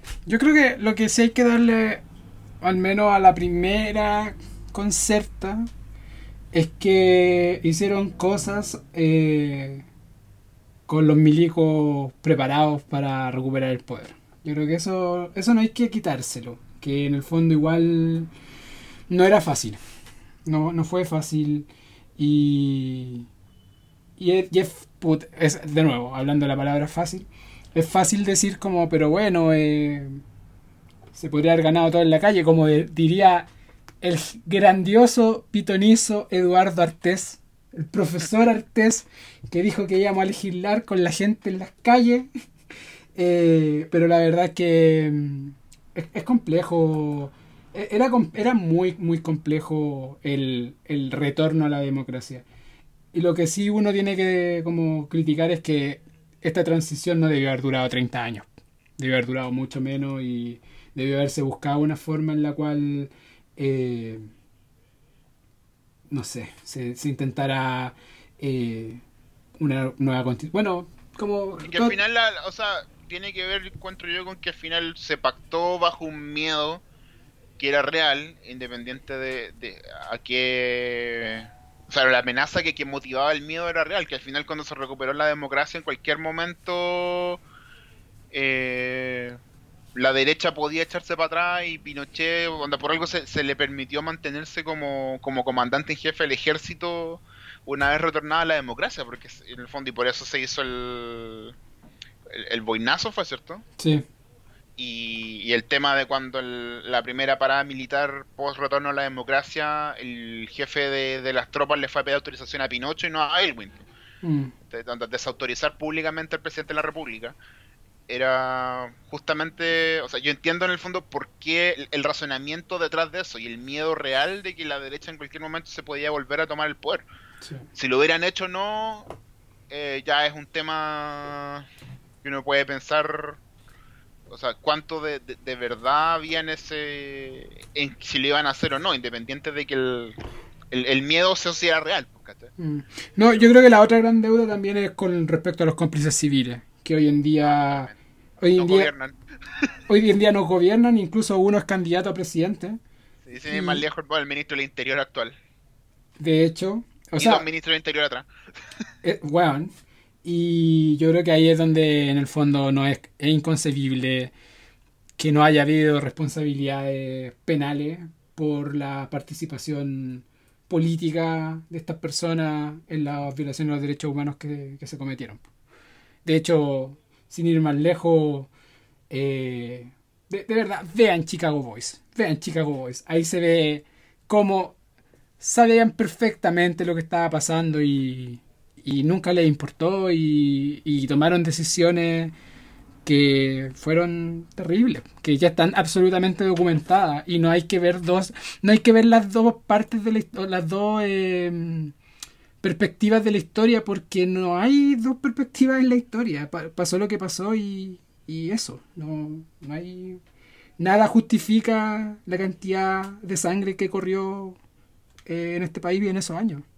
Yo creo que lo que sí hay que darle, al menos a la primera concerta, es que hicieron cosas eh, con los milicos preparados para recuperar el poder. Yo creo que eso, eso no hay que quitárselo, que en el fondo igual no era fácil, no, no fue fácil y, y, es, y es, put- es, de nuevo, hablando de la palabra fácil, es fácil decir como, pero bueno, eh, se podría haber ganado todo en la calle, como de- diría el grandioso pitonizo Eduardo Artés, el profesor Artés, que dijo que íbamos a legislar con la gente en las calles. Eh, pero la verdad que mm, es, es complejo. E- Era, com- era muy, muy complejo el, el retorno a la democracia. Y lo que sí uno tiene que como criticar es que esta transición no debió haber durado treinta años. Debió haber durado mucho menos y debió haberse buscado una forma en la cual, eh, no sé, se, se intentara eh, una nueva constitución. Bueno, como Y que al todo. final, la, o sea, tiene que ver, encuentro yo, con que al final se pactó bajo un miedo que era real, independiente de, de a qué... O sea, la amenaza que, que motivaba el miedo era real, que al final cuando se recuperó la democracia en cualquier momento eh, la derecha podía echarse para atrás y Pinochet, donde por algo se, se le permitió mantenerse como, como comandante en jefe del ejército una vez retornada la democracia, porque en el fondo y por eso se hizo el, el, el boinazo, ¿fue cierto? Sí. Y, y el tema de cuando el- la primera parada militar post retorno a la democracia, el jefe de, de las tropas le fue a pedir autorización a Pinocho y no a Aylwin. Mm, De- de- Desautorizar públicamente al presidente de la República. Era justamente, o sea, yo entiendo en el fondo por qué el, el razonamiento detrás de eso y el miedo real de que la derecha en cualquier momento se podía volver a tomar el poder. sí. Si lo hubieran hecho o no, eh, ya es un tema que uno puede pensar, o sea, cuánto de, de, de verdad había en ese, en si lo iban a hacer o no, independiente de que el, el, el miedo se sea real, pues, ¿cachai? Mm. No, yo creo que la otra gran deuda también es con respecto a los cómplices civiles, que hoy en Ah, día, totalmente. hoy en No día, gobiernan. hoy en día nos gobiernan, incluso uno es candidato a presidente, Se dice más y lejos el ministro del Interior actual. de hecho, o Y dos sea, ministros del Interior atrás. eh, weón, y yo creo que ahí es donde en el fondo no es, es inconcebible que no haya habido responsabilidades penales por la participación política de estas personas en las violaciones de los derechos humanos que, que se cometieron. De hecho, sin ir más lejos, eh, de, de verdad, vean Chicago Boys. Vean Chicago Boys. Ahí se ve cómo sabían perfectamente lo que estaba pasando y, y nunca les importó y, y tomaron decisiones que fueron terribles, que ya están absolutamente documentadas y no hay que ver dos, no hay que ver las dos partes de la, histo- las dos eh, perspectivas de la historia porque no hay dos perspectivas en la historia. Pa- pasó lo que pasó y, y eso, no, no hay nada justifica la cantidad de sangre que corrió eh, en este país en esos años.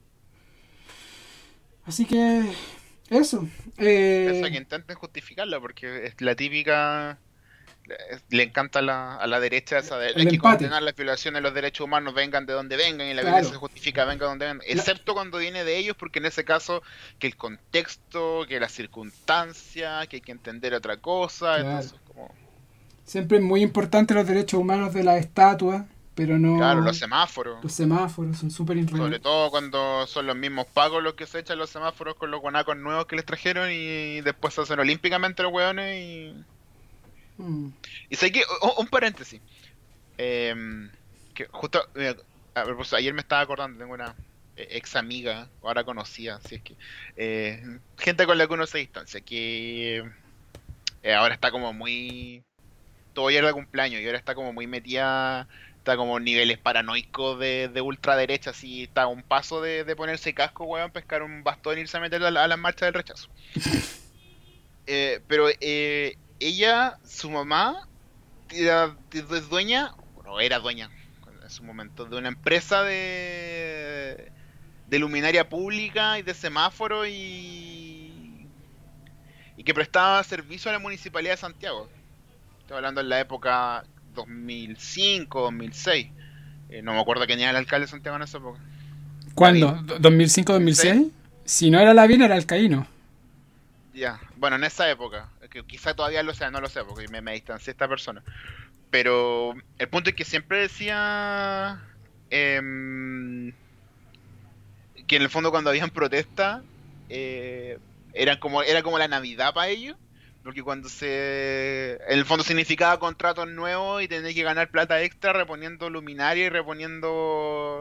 Así que eso. Pese a Eh, que intenten justificarla, porque es la típica. Le le encanta a la, a la derecha esa de hay el que empate, condenar las violaciones de los derechos humanos, vengan de donde vengan, y la violencia claro. se justifica, venga de donde vengan, La- excepto cuando viene de ellos, porque en ese caso, que el contexto, que la circunstancia, que hay que entender otra cosa, claro. entonces, como. Siempre es muy importante los derechos humanos de las estatuas, pero Claro, los no semáforos. los semáforos, son súper Sobre irrelevantes. todo cuando son los mismos pagos los que se echan los semáforos con los guanacos nuevos que les trajeron y después se hacen olímpicamente los hueones y... Mm, Y sé que, o- un paréntesis, em, que justo, eh, a ver, pues, ayer me estaba acordando, tengo una eh, ex amiga, ahora conocida, así es que, eh, gente con la que uno se distancia, que eh, ahora está como muy, todo ayer de cumpleaños y ahora está como muy metida, está como en niveles paranoicos de, de ultraderecha, así está a un paso de, de ponerse casco, weón, pescar un bastón e irse a meter a la, a la marcha del rechazo. Eh, pero eh, ella, su mamá, era, es dueña, bueno, era dueña en su momento, de una empresa de, de luminaria pública y de semáforo y, y que prestaba servicio a la municipalidad de Santiago. Estoy hablando en la época dos mil cinco, dos mil seis. Eh, no me acuerdo quién era el alcalde de Santiago en esa época. ¿Cuándo? ¿Lavín? ¿dos mil cinco, dos mil seis? Si no era Lavín, era Alcaíno. Ya, bueno, en esa época. Que quizá todavía lo sea, no lo sé, porque me, me distancié de esta persona. Pero el punto es que siempre decía em, que en el fondo cuando habían protestas eh, eran como, era como la Navidad para ellos. Porque cuando se... En el fondo significaba contratos nuevos y tener que ganar plata extra reponiendo luminaria y reponiendo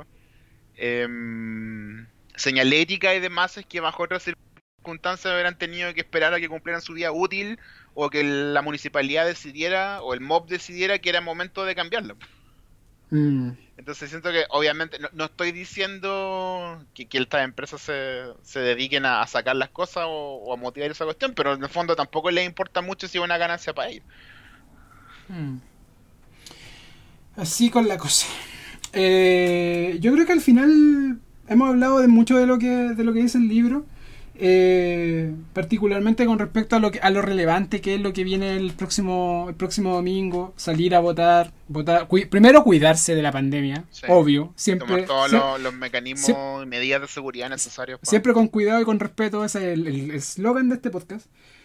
em, señalética y demás, es que bajo otras circunstancias hubieran tenido que esperar a que cumplieran su día útil o que la municipalidad decidiera o el M O B decidiera que era momento de cambiarlo. Mm. Entonces siento que obviamente no, no estoy diciendo que, que estas empresas se, se dediquen a, a sacar las cosas o, o a motivar esa cuestión, pero en el fondo tampoco les importa mucho si es una ganancia para ellos. Mm. Así con la cosa. Eh, yo creo que al final hemos hablado de mucho de lo que, de lo que dice el libro. Eh, particularmente con respecto a lo que, a lo relevante que es lo que viene el próximo el próximo domingo, salir a votar, votar cu primero cuidarse de la pandemia, sí, obvio, siempre tomar todos sie los, los mecanismos y medidas de seguridad necesarios para... siempre con cuidado y con respeto, ese es el eslogan de este podcast.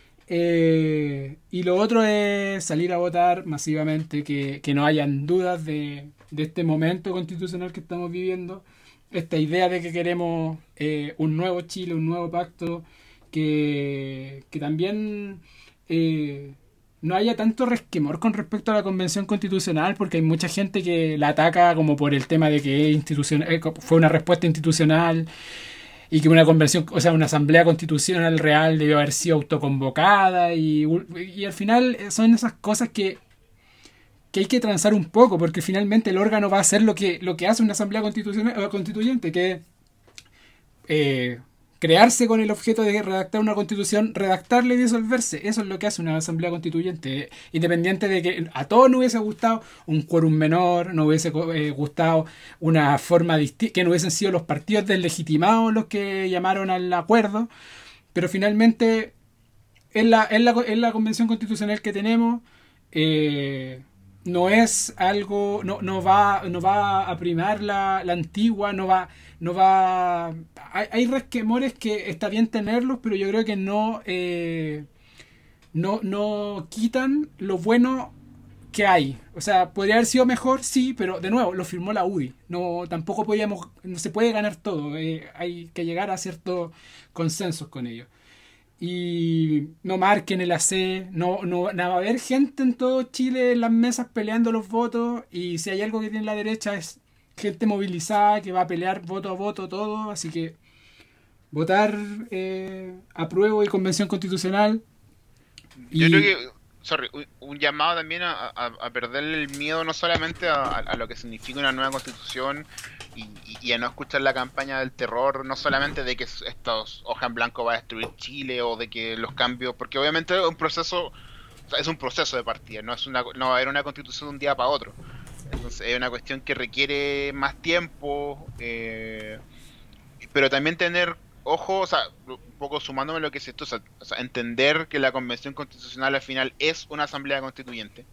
Eh, y lo otro es salir a votar masivamente, que, que no hayan dudas de, de este momento constitucional que estamos viviendo. Esta idea de que queremos eh, un nuevo Chile, un nuevo pacto, que, que también eh, no haya tanto resquemor con respecto a la Convención Constitucional, porque hay mucha gente que la ataca como por el tema de que institucional, fue una respuesta institucional y que una convención, o sea, una asamblea constitucional real debió haber sido autoconvocada y, y al final son esas cosas que que hay que transar un poco, porque finalmente el órgano va a hacer lo que, lo que hace una asamblea constitucional, constituyente, que es eh, crearse con el objeto de redactar una constitución, redactarla y disolverse. Eso es lo que hace una asamblea constituyente, independiente de que a todos no hubiese gustado un quórum menor, no hubiese eh, gustado una forma distinta, que no hubiesen sido los partidos deslegitimados los que llamaron al acuerdo, pero finalmente en la, en la, en la convención constitucional que tenemos, eh, no es algo, no, no va, no va a primar la, la antigua, no va, no va, hay, hay resquemores que está bien tenerlos, pero yo creo que no, eh, no, no quitan lo bueno que hay. O sea, podría haber sido mejor, sí, pero de nuevo, lo firmó la U D I. No, tampoco podíamos, no se puede ganar todo, eh, hay que llegar a ciertos consensos con ellos. Y no marquen el A C, no, no, no va a haber gente en todo Chile en las mesas peleando los votos, y si hay algo que tiene la derecha es gente movilizada que va a pelear voto a voto todo, así que votar eh, apruebo y convención constitucional. Yo y... creo que, sorry, un, un llamado también a, a, a perderle el miedo no solamente a, a lo que significa una nueva constitución y, y a no escuchar la campaña del terror, no solamente de que estos hoja en blanco va a destruir Chile o de que los cambios, porque obviamente es un proceso, o sea, es un proceso de partida, no es una, no va a haber una constitución de un día para otro. Entonces es una cuestión que requiere más tiempo, eh, pero también tener ojo, o sea, un poco sumándome a lo que es esto, o sea, o sea, entender que la Convención Constitucional al final es una asamblea constituyente.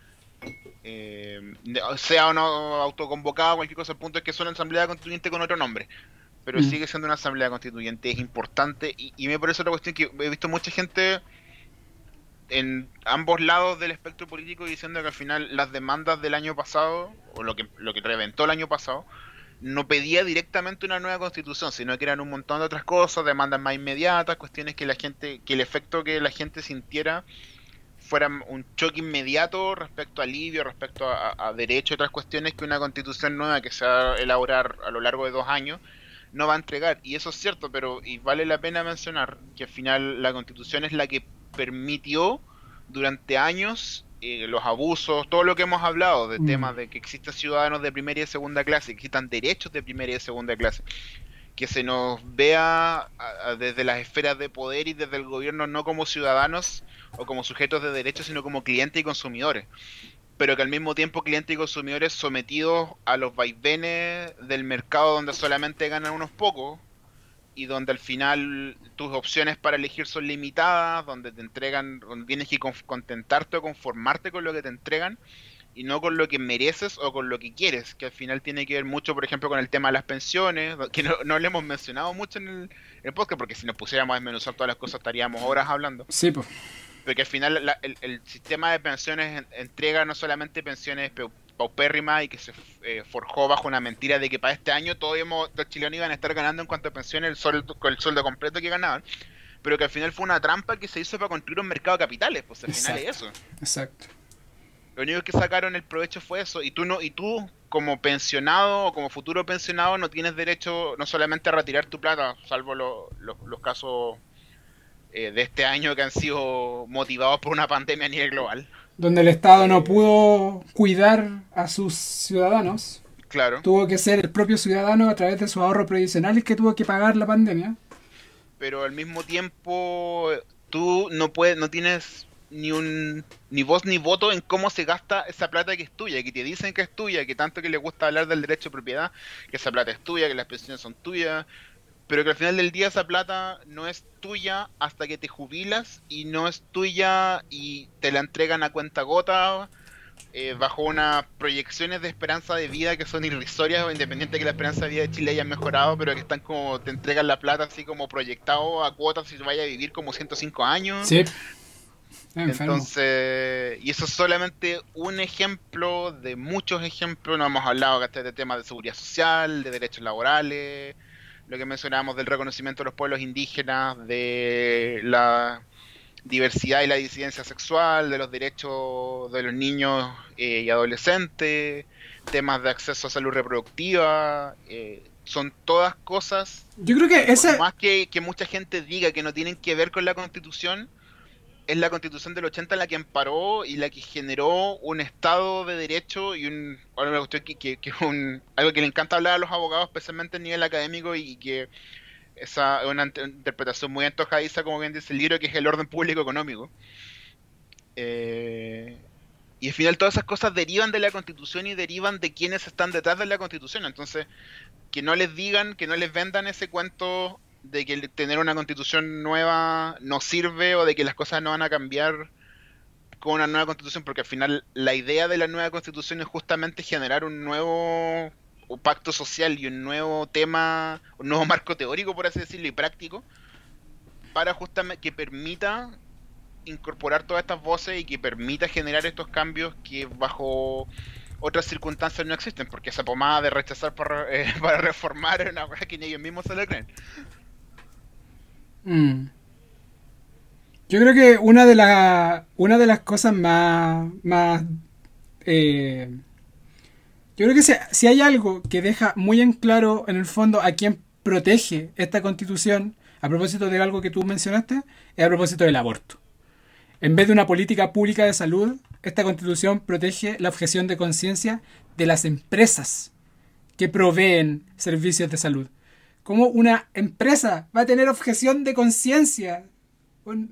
Eh, sea o no autoconvocada o cualquier cosa, el punto es que es una asamblea constituyente con otro nombre, pero mm. sigue siendo una asamblea constituyente, es importante, y, y me parece otra cuestión que he visto mucha gente en ambos lados del espectro político diciendo que al final las demandas del año pasado, o lo que, lo que reventó el año pasado, no pedía directamente una nueva constitución, sino que eran un montón de otras cosas, demandas más inmediatas, cuestiones que la gente, que el efecto que la gente sintiera fuera un choque inmediato respecto a alivio, respecto a, a derecho y otras cuestiones que una constitución nueva que se va a elaborar a lo largo de dos años no va a entregar. Y eso es cierto, pero y vale la pena mencionar que al final la constitución es la que permitió durante años eh, los abusos, todo lo que hemos hablado de mm. temas de que existan ciudadanos de primera y de segunda clase, que existan derechos de primera y de segunda clase, que se nos vea a, a, desde las esferas de poder y desde el gobierno no como ciudadanos o como sujetos de derechos, sino como clientes y consumidores, pero que al mismo tiempo clientes y consumidores sometidos a los vaivenes del mercado donde solamente ganan unos pocos, y donde al final tus opciones para elegir son limitadas, donde te entregan, donde tienes que conf- contentarte o conformarte con lo que te entregan y no con lo que mereces o con lo que quieres, que al final tiene que ver mucho, por ejemplo, con el tema de las pensiones, que no, no le hemos mencionado mucho en el, en el podcast, porque si nos pusiéramos a desmenuzar todas las cosas estaríamos horas hablando. Sí, pues. Porque al final la- el, el sistema de pensiones en- entrega no solamente pensiones peu- paupérrimas y que se eh, forjó bajo una mentira de que para este año todos íbamos- los chilenos iban a estar ganando en cuanto a pensiones el sueldo, con el sueldo completo que ganaban, pero que al final fue una trampa que se hizo para construir un mercado de capitales, pues al final es Exacto. eso. Exacto. Lo único que sacaron el provecho fue eso, y tú no, y tú como pensionado o como futuro pensionado no tienes derecho no solamente a retirar tu plata, salvo lo- lo- los casos eh, de este año que han sido motivados por una pandemia a nivel global. Donde el Estado no Eh, pudo cuidar a sus ciudadanos, claro, tuvo que ser el propio ciudadano a través de sus ahorros previsionales que tuvo que pagar la pandemia. pero al mismo tiempo tú no puedes, no tienes ni un ni voz ni voto en cómo se gasta esa plata que es tuya, que te dicen que es tuya, que tanto que les gusta hablar del derecho de propiedad, que esa plata es tuya, que las pensiones son tuyas, pero que al final del día esa plata no es tuya hasta que te jubilas y no es tuya y te la entregan a cuenta gota eh, bajo unas proyecciones de esperanza de vida que son irrisorias, independiente de que la esperanza de vida de Chile haya mejorado, pero que están como, te entregan la plata así como proyectado a cuotas y vaya a vivir como ciento cinco años. Sí, enfermo. Entonces, y eso es solamente un ejemplo de muchos ejemplos. No hemos hablado acá de temas de seguridad social, de derechos laborales, lo que mencionábamos del reconocimiento de los pueblos indígenas, de la diversidad y la disidencia sexual, de los derechos de los niños eh, y adolescentes, temas de acceso a salud reproductiva, eh, son todas cosas, Yo creo que por ese... más que, que mucha gente diga que no tienen que ver con la Constitución, es la Constitución del ochenta la que amparó y la que generó un Estado de Derecho y un, ahora me gustó que, que, que un, algo que le encanta hablar a los abogados, especialmente a nivel académico, y que esa es una int- interpretación muy antojadiza, como bien dice el libro, que es el orden público económico. Eh, y al final todas esas cosas derivan de la Constitución y derivan de quienes están detrás de la Constitución. Entonces, que no les digan, que no les vendan ese cuento de que el tener una Constitución nueva no sirve o de que las cosas no van a cambiar con una nueva Constitución, porque al final la idea de la nueva Constitución es justamente generar un nuevo un pacto social y un nuevo tema, un nuevo marco teórico, por así decirlo, y práctico, para justamente que permita incorporar todas estas voces y que permita generar estos cambios que bajo otras circunstancias no existen, porque esa pomada de rechazar para, eh, para reformar es una cosa que ni ellos mismos se lo creen. Mm. Yo creo que una de las una de las cosas más más eh, yo creo que si, si hay algo que deja muy en claro en el fondo a quién protege esta Constitución, a propósito de algo que tú mencionaste, es a propósito del aborto. En vez de una política pública de salud, esta Constitución protege la objeción de conciencia de las empresas que proveen servicios de salud. ¿Cómo una empresa va a tener objeción de conciencia? Un-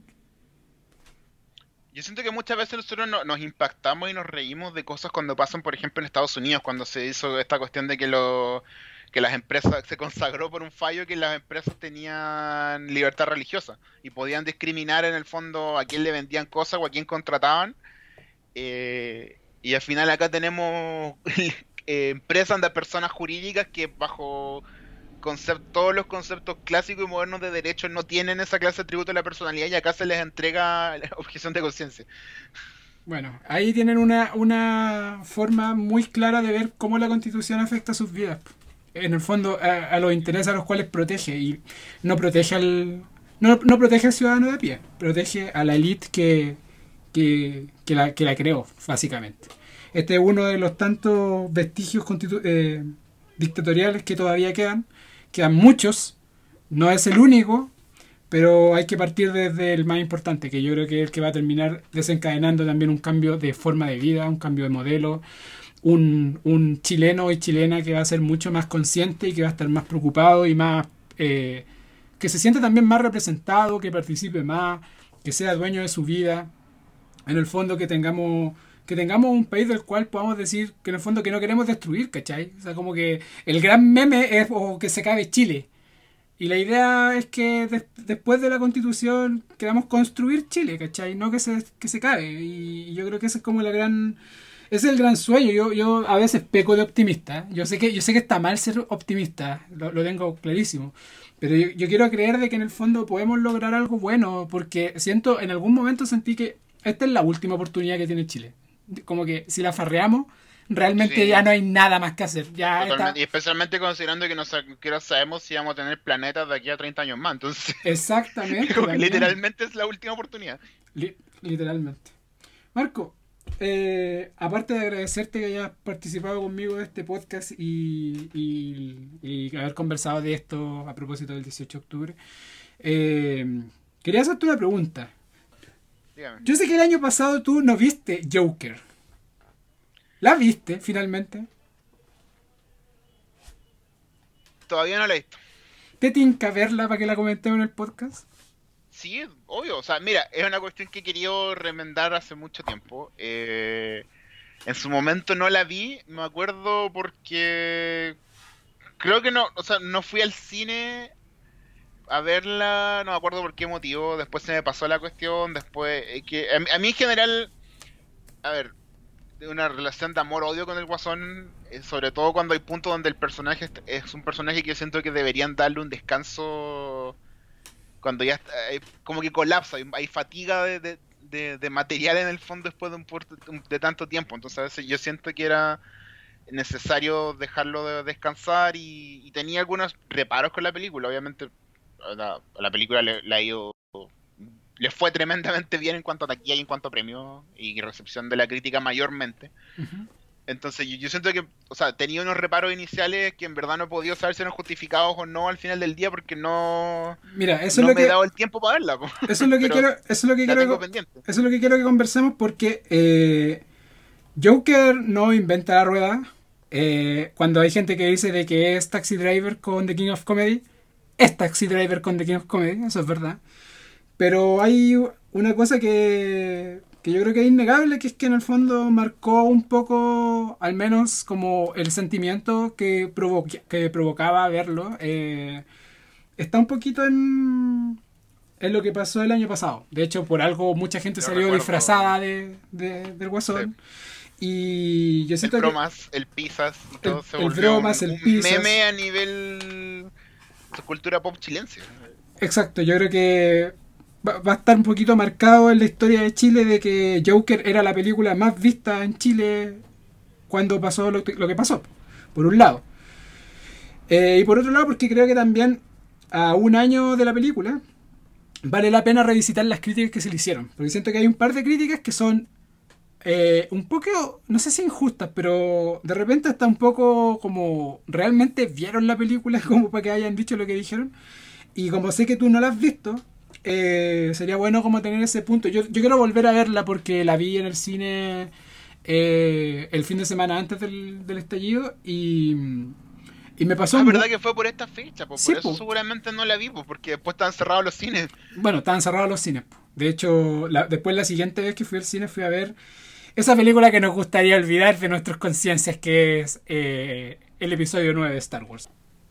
Yo siento que muchas veces nosotros no- nos impactamos y nos reímos de cosas cuando pasan, por ejemplo, en Estados Unidos, cuando se hizo esta cuestión de que lo, que las empresas, se consagró por un fallo que las empresas tenían libertad religiosa y podían discriminar en el fondo a quién le vendían cosas o a quién contrataban. Eh, y al final acá tenemos eh, empresas de personas jurídicas que bajo concept- todos los conceptos clásicos y modernos de derecho no tienen esa clase de atributo de la personalidad y acá se les entrega la objeción de conciencia. Bueno, ahí tienen una, una forma muy clara de ver cómo la Constitución afecta a sus vidas. En el fondo, a, a los intereses a los cuales protege. Y no protege al no, no protege al ciudadano de a pie, protege a la élite que, que, que, la, que la creó, básicamente. Este es uno de los tantos vestigios constitu- eh, dictatoriales que todavía quedan. Quedan muchos, no es el único, pero hay que partir desde el más importante, que yo creo que es el que va a terminar desencadenando también un cambio de forma de vida, un cambio de modelo, un, un chileno y chilena que va a ser mucho más consciente y que va a estar más preocupado y más eh, que se sienta también más representado, que participe más, que sea dueño de su vida. En el fondo que tengamos que tengamos un país del cual podamos decir que en el fondo que no queremos destruir, ¿cachai? O sea, como que el gran meme es o que se acabe Chile. Y la idea es que des- después de la Constitución queramos construir Chile, ¿cachai? No que se, que se cae. Y, y yo creo que ese es como la gran... Ese es el gran sueño. Yo, yo a veces peco de optimista. Yo sé que, yo sé que está mal ser optimista, lo, lo tengo clarísimo. Pero yo, yo quiero creer de que en el fondo podemos lograr algo bueno, porque siento, en algún momento sentí que esta es la última oportunidad que tiene Chile. Como que si la farreamos, realmente Sí, ya no hay nada más que hacer. Ya está. totalmente. Y especialmente considerando que no sa- que no sabemos si vamos a tener planetas de aquí a treinta años más. Entonces, Exactamente, creo que también. literalmente es la última oportunidad. Li- literalmente. Marco, eh, aparte de agradecerte que hayas participado conmigo de este podcast y, y, y haber conversado de esto a propósito del dieciocho de octubre, eh, quería hacerte una pregunta. Dígame. Yo sé que el año pasado tú no viste Joker. ¿La viste finalmente? Todavía no la he visto. ¿Te tinca verla para que la comentemos en el podcast? Sí, obvio. O sea, mira, es una cuestión que he querido remendar hace mucho tiempo. Eh, en su momento no la vi, me acuerdo porque creo que no, o sea, no fui al cine a verla, no me acuerdo por qué motivo. Después se me pasó la cuestión, después eh, que a, mí a mí en general, a ver, de una relación de amor-odio con el Guasón, eh, sobre todo cuando hay puntos donde el personaje est- es un personaje que yo siento que deberían darle un descanso cuando ya está, eh, como que colapsa, hay, hay fatiga de, de, de- de material en el fondo después de un puerto- de tanto tiempo. Entonces a veces yo siento que era necesario dejarlo de descansar y, y tenía algunos reparos con la película. Obviamente a la, a la película le, le ha ido, le fue tremendamente bien en cuanto a taquilla y en cuanto a premios y recepción de la crítica mayormente. Ujú. Entonces yo, yo siento que, o sea, tenía unos reparos iniciales que en verdad no he podido saber si eran justificados o no al final del día porque no, Mira, eso no es lo me he que dado el tiempo para verla, po. eso es lo que Pero quiero, eso es lo que la quiero tengo que- pendiente. eso es lo que quiero que conversemos porque eh, Joker no inventa la rueda. Eh, cuando hay gente que dice de que es Taxi Driver con The King of Comedy, es Taxi Driver con The King of Comedy, eso es verdad. Pero hay una cosa que, que yo creo que es innegable, que es que en el fondo marcó un poco, al menos como el sentimiento que, provo que provocaba verlo. Eh, está un poquito en, en lo que pasó el año pasado. De hecho, por algo mucha gente Yo salió recuerdo disfrazada de, de- del Guasón. Y yo el siento que bromas, el pizzas y todo el, se el volvió bromas, un, el un pizzas. meme a nivel de cultura pop chilense. Exacto, yo creo que va, va a estar un poquito marcado en la historia de Chile de que Joker era la película más vista en Chile cuando pasó lo, que- lo que pasó, por un lado. Eh, y por otro lado, porque creo que también a un año de la película vale la pena revisitar las críticas que se le hicieron. Porque siento que hay un par de críticas que son eh, un poco, no sé si injustas, pero de repente está un poco como realmente vieron la película como para que hayan dicho lo que dijeron. Y como sé que tú no la has visto, eh, sería bueno como tener ese punto. Yo, yo quiero volver a verla porque la vi en el cine eh, el fin de semana antes del, del estallido y, y me pasó Ah, un... verdad que fue por esta fecha, pues Sí, por eso po. seguramente no la vi, pues porque después estaban cerrados los cines. Bueno, estaban cerrados los cines. Po. De hecho, la, después la siguiente vez que fui al cine fui a ver esa película que nos gustaría olvidar de nuestras conciencias, que es eh, el episodio nueve de Star Wars.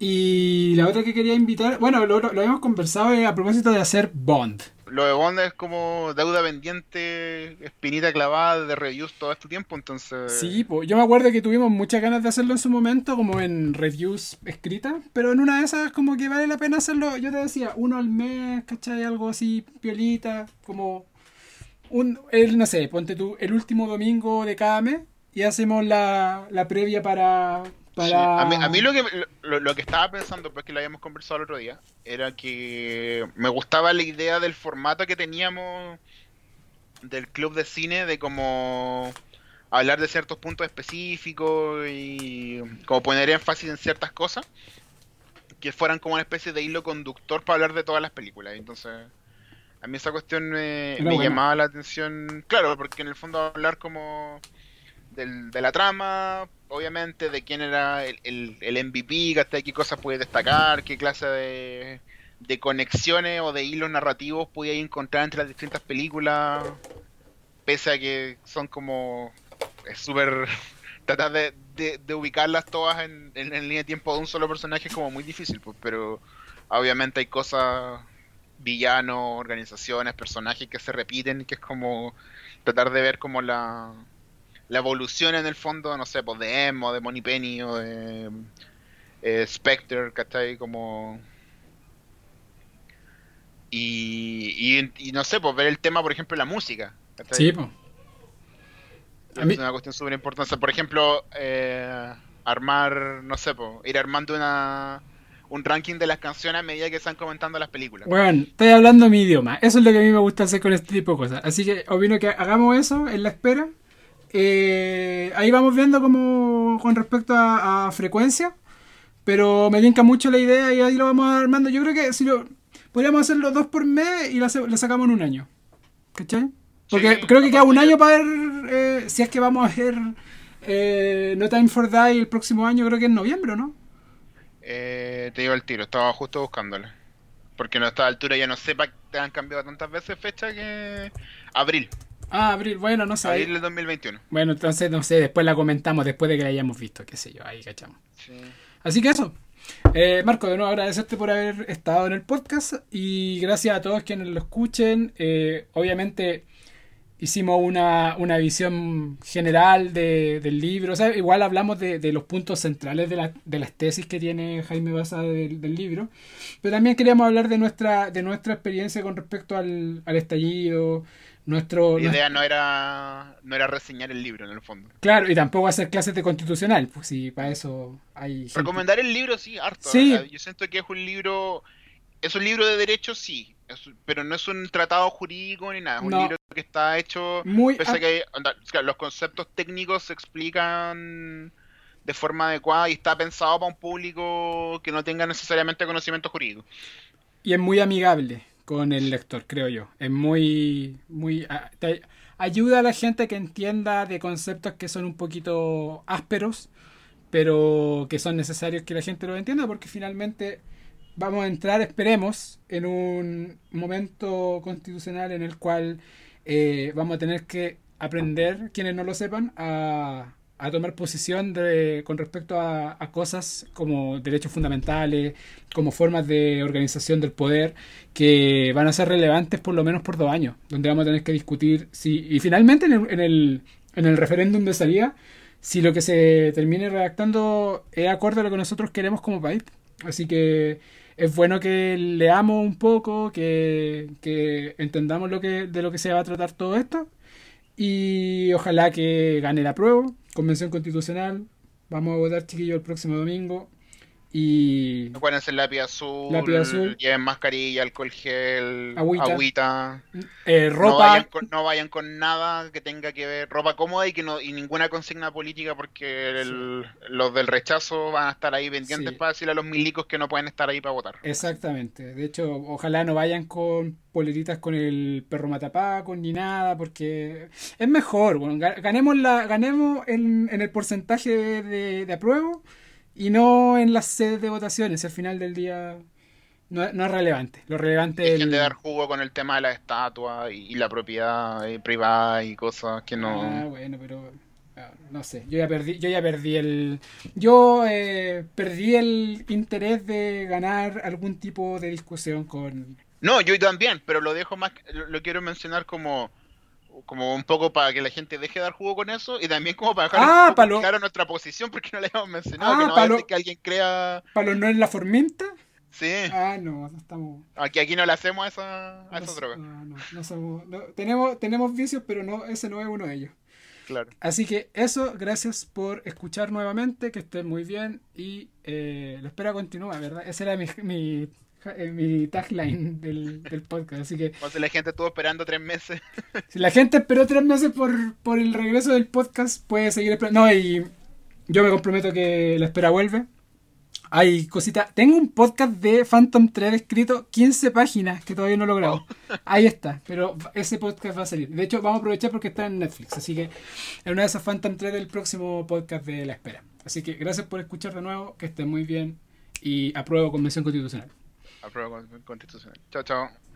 Y la otra que quería invitar, bueno, lo, lo, lo habíamos conversado eh, a propósito de hacer Bond. Lo de Bond es como deuda pendiente, espinita clavada de reviews todo este tiempo, entonces... Sí, pues yo me acuerdo que tuvimos muchas ganas de hacerlo en su momento, como en reviews escritas, pero en una de esas como que vale la pena hacerlo, yo te decía, uno al mes, ¿cachai? Algo así, piolita, como un, el, no sé, ponte tú, el último domingo de cada mes y hacemos la, la previa para... para... Sí. A mí, a mí lo que lo, lo que estaba pensando, pues que lo habíamos conversado el otro día, era que me gustaba la idea del formato que teníamos del club de cine, de como hablar de ciertos puntos específicos y como poner énfasis en ciertas cosas que fueran como una especie de hilo conductor para hablar de todas las películas. Entonces, a mí esa cuestión me, Era me bueno. llamaba la atención, claro, porque en el fondo hablar como del, de la trama, obviamente, de quién era el, el, el M V P, hasta qué cosas puede destacar, qué clase de, de conexiones o de hilos narrativos podía encontrar entre las distintas películas, pese a que son como... es súper... tratar de, de, de ubicarlas todas en, en, en línea de tiempo de un solo personaje es como muy difícil, pues, pero obviamente hay cosas, villanos, organizaciones, personajes que se repiten, que es como tratar de ver como la, la evolución en el fondo, no sé, pues de M o de Moneypenny o de eh, Spectre, ¿cachai? Como... Y, y, y no sé, pues ver el tema, por ejemplo, la música, Sí, ¿cachai? pues. A mí, Es una cuestión súper importante. O sea, por ejemplo, eh, armar, no sé, po, ir armando una, un ranking de las canciones a medida que se van comentando las películas. bueno, estoy hablando mi idioma. Eso es lo que a mí me gusta hacer con este tipo de cosas. Así que opino que hagamos eso en la espera. Eh, ahí vamos viendo como con respecto a, a frecuencia. Pero me tinca mucho la idea y ahí lo vamos armando. Yo creo que si lo podríamos hacerlo dos por mes y lo, hace- lo sacamos en un año. ¿Cachai? Porque Sí, creo que queda un aparte año que para ver eh, si es que vamos a ver eh, No Time for Die el próximo año, creo que en noviembre, ¿no? eh, te digo el tiro, estaba justo buscándole. Porque no a esta altura ya no sepa que te han cambiado tantas veces fecha que... Abril, Ah, abril, bueno, no sé. abril Ahí- del dos mil veintiuno. Bueno, entonces, no sé, después la comentamos, después de que la hayamos visto, qué sé yo, ahí cachamos. Sí. Así que eso. Eh, Marco, de nuevo agradecerte por haber estado en el podcast y gracias a todos quienes lo escuchen. Eh, obviamente hicimos una, una visión general de, del libro. O sea, igual hablamos de, de los puntos centrales de, la, de las tesis que tiene Jaime Baza del, del libro. Pero también queríamos hablar de nuestra, de nuestra experiencia con respecto al, al estallido. Nuestro, La nuestro- idea no era, no era reseñar el libro en el fondo. Claro, y tampoco hacer clases de constitucional, pues si para eso hay gente. Recomendar el libro, sí, harto. Sí, Yo siento que es un libro, es un libro de derecho, sí, es- pero no es un tratado jurídico ni nada. Es un no, libro que está hecho, muy... pese a que onda, o sea, los conceptos técnicos se explican de forma adecuada y está pensado para un público que no tenga necesariamente conocimiento jurídico. Y es muy amigable con el lector, creo yo. Es muy, muy, a- te ayuda a la gente que entienda de conceptos que son un poquito ásperos, pero que son necesarios que la gente lo entienda, porque finalmente vamos a entrar, esperemos, en un momento constitucional en el cual eh, vamos a tener que aprender, quienes no lo sepan, a, a tomar posición de, con respecto a, a cosas como derechos fundamentales, como formas de organización del poder, que van a ser relevantes por lo menos por dos años, donde vamos a tener que discutir si, y finalmente en el, en el, en el referéndum de salida, si lo que se termine redactando es acorde a lo que nosotros queremos como país. Así que es bueno que leamos un poco, que, que entendamos lo que, de lo que se va a tratar todo esto. Y ojalá que gane la prueba, convención constitucional. Vamos a votar, chiquillos, el próximo domingo. Y Acuérdense el lápiz lápiz azul, azul, lleven mascarilla, alcohol gel, agüita, agüita. eh, No vayan ropa. con, no vayan con nada que tenga que ver, ropa cómoda y que no, y ninguna consigna política porque Sí, el- los del rechazo van a estar ahí pendientes sí, para decirle a los milicos que no pueden estar ahí para votar. Así. exactamente. De hecho, ojalá no vayan con poleritas con el perro matapaco ni nada, porque es mejor. Bueno, ga- ganemos la, ganemos en, en el porcentaje de, de, de apruebo y no en las sedes de votaciones. Al final del día no, no es relevante. Lo relevante es Dejen de dar el... jugo con el tema de la estatua y, y la propiedad eh, privada y cosas que Ah, no... bueno, pero ah, no sé. Yo ya perdí, yo ya perdí el, yo eh, perdí el interés de ganar algún tipo de discusión con. No, yo también, pero lo dejo más, lo, lo quiero mencionar como, como un poco para que la gente deje de dar jugo con eso y también como para dejar un Ah, poco para lo, claro nuestra posición porque no la hemos mencionado, que ah, no para vaya a ser lo, que alguien crea... para lo no en la formenta. Sí, Ah, no, no estamos. aquí, aquí no le hacemos a esa, a No, esa s- droga. no, no, no somos. No, tenemos, tenemos vicios, pero no, ese no es uno de ellos. Claro. Así que eso, gracias por escuchar nuevamente, que estén muy bien y eh, la espera continúa, ¿verdad? Ese era mi, mi, eh, mi tagline del, del podcast. Así que Entonces la gente estuvo esperando tres meses. si la gente esperó tres meses por, por el regreso del podcast, puede seguir esperando. No, y yo me comprometo que la espera vuelve. Hay cositas. Tengo un podcast de Phantom Thread escrito quince páginas que todavía no he logrado. Oh. Ahí está, pero ese podcast va a salir. De hecho, vamos a aprovechar porque está en Netflix. Así que en una de esas Phantom Thread el próximo podcast de la espera. Así que gracias por escuchar de nuevo, que estén muy bien y apruebo Convención Constitucional. Apruebo con- constitucional. Chao, chao.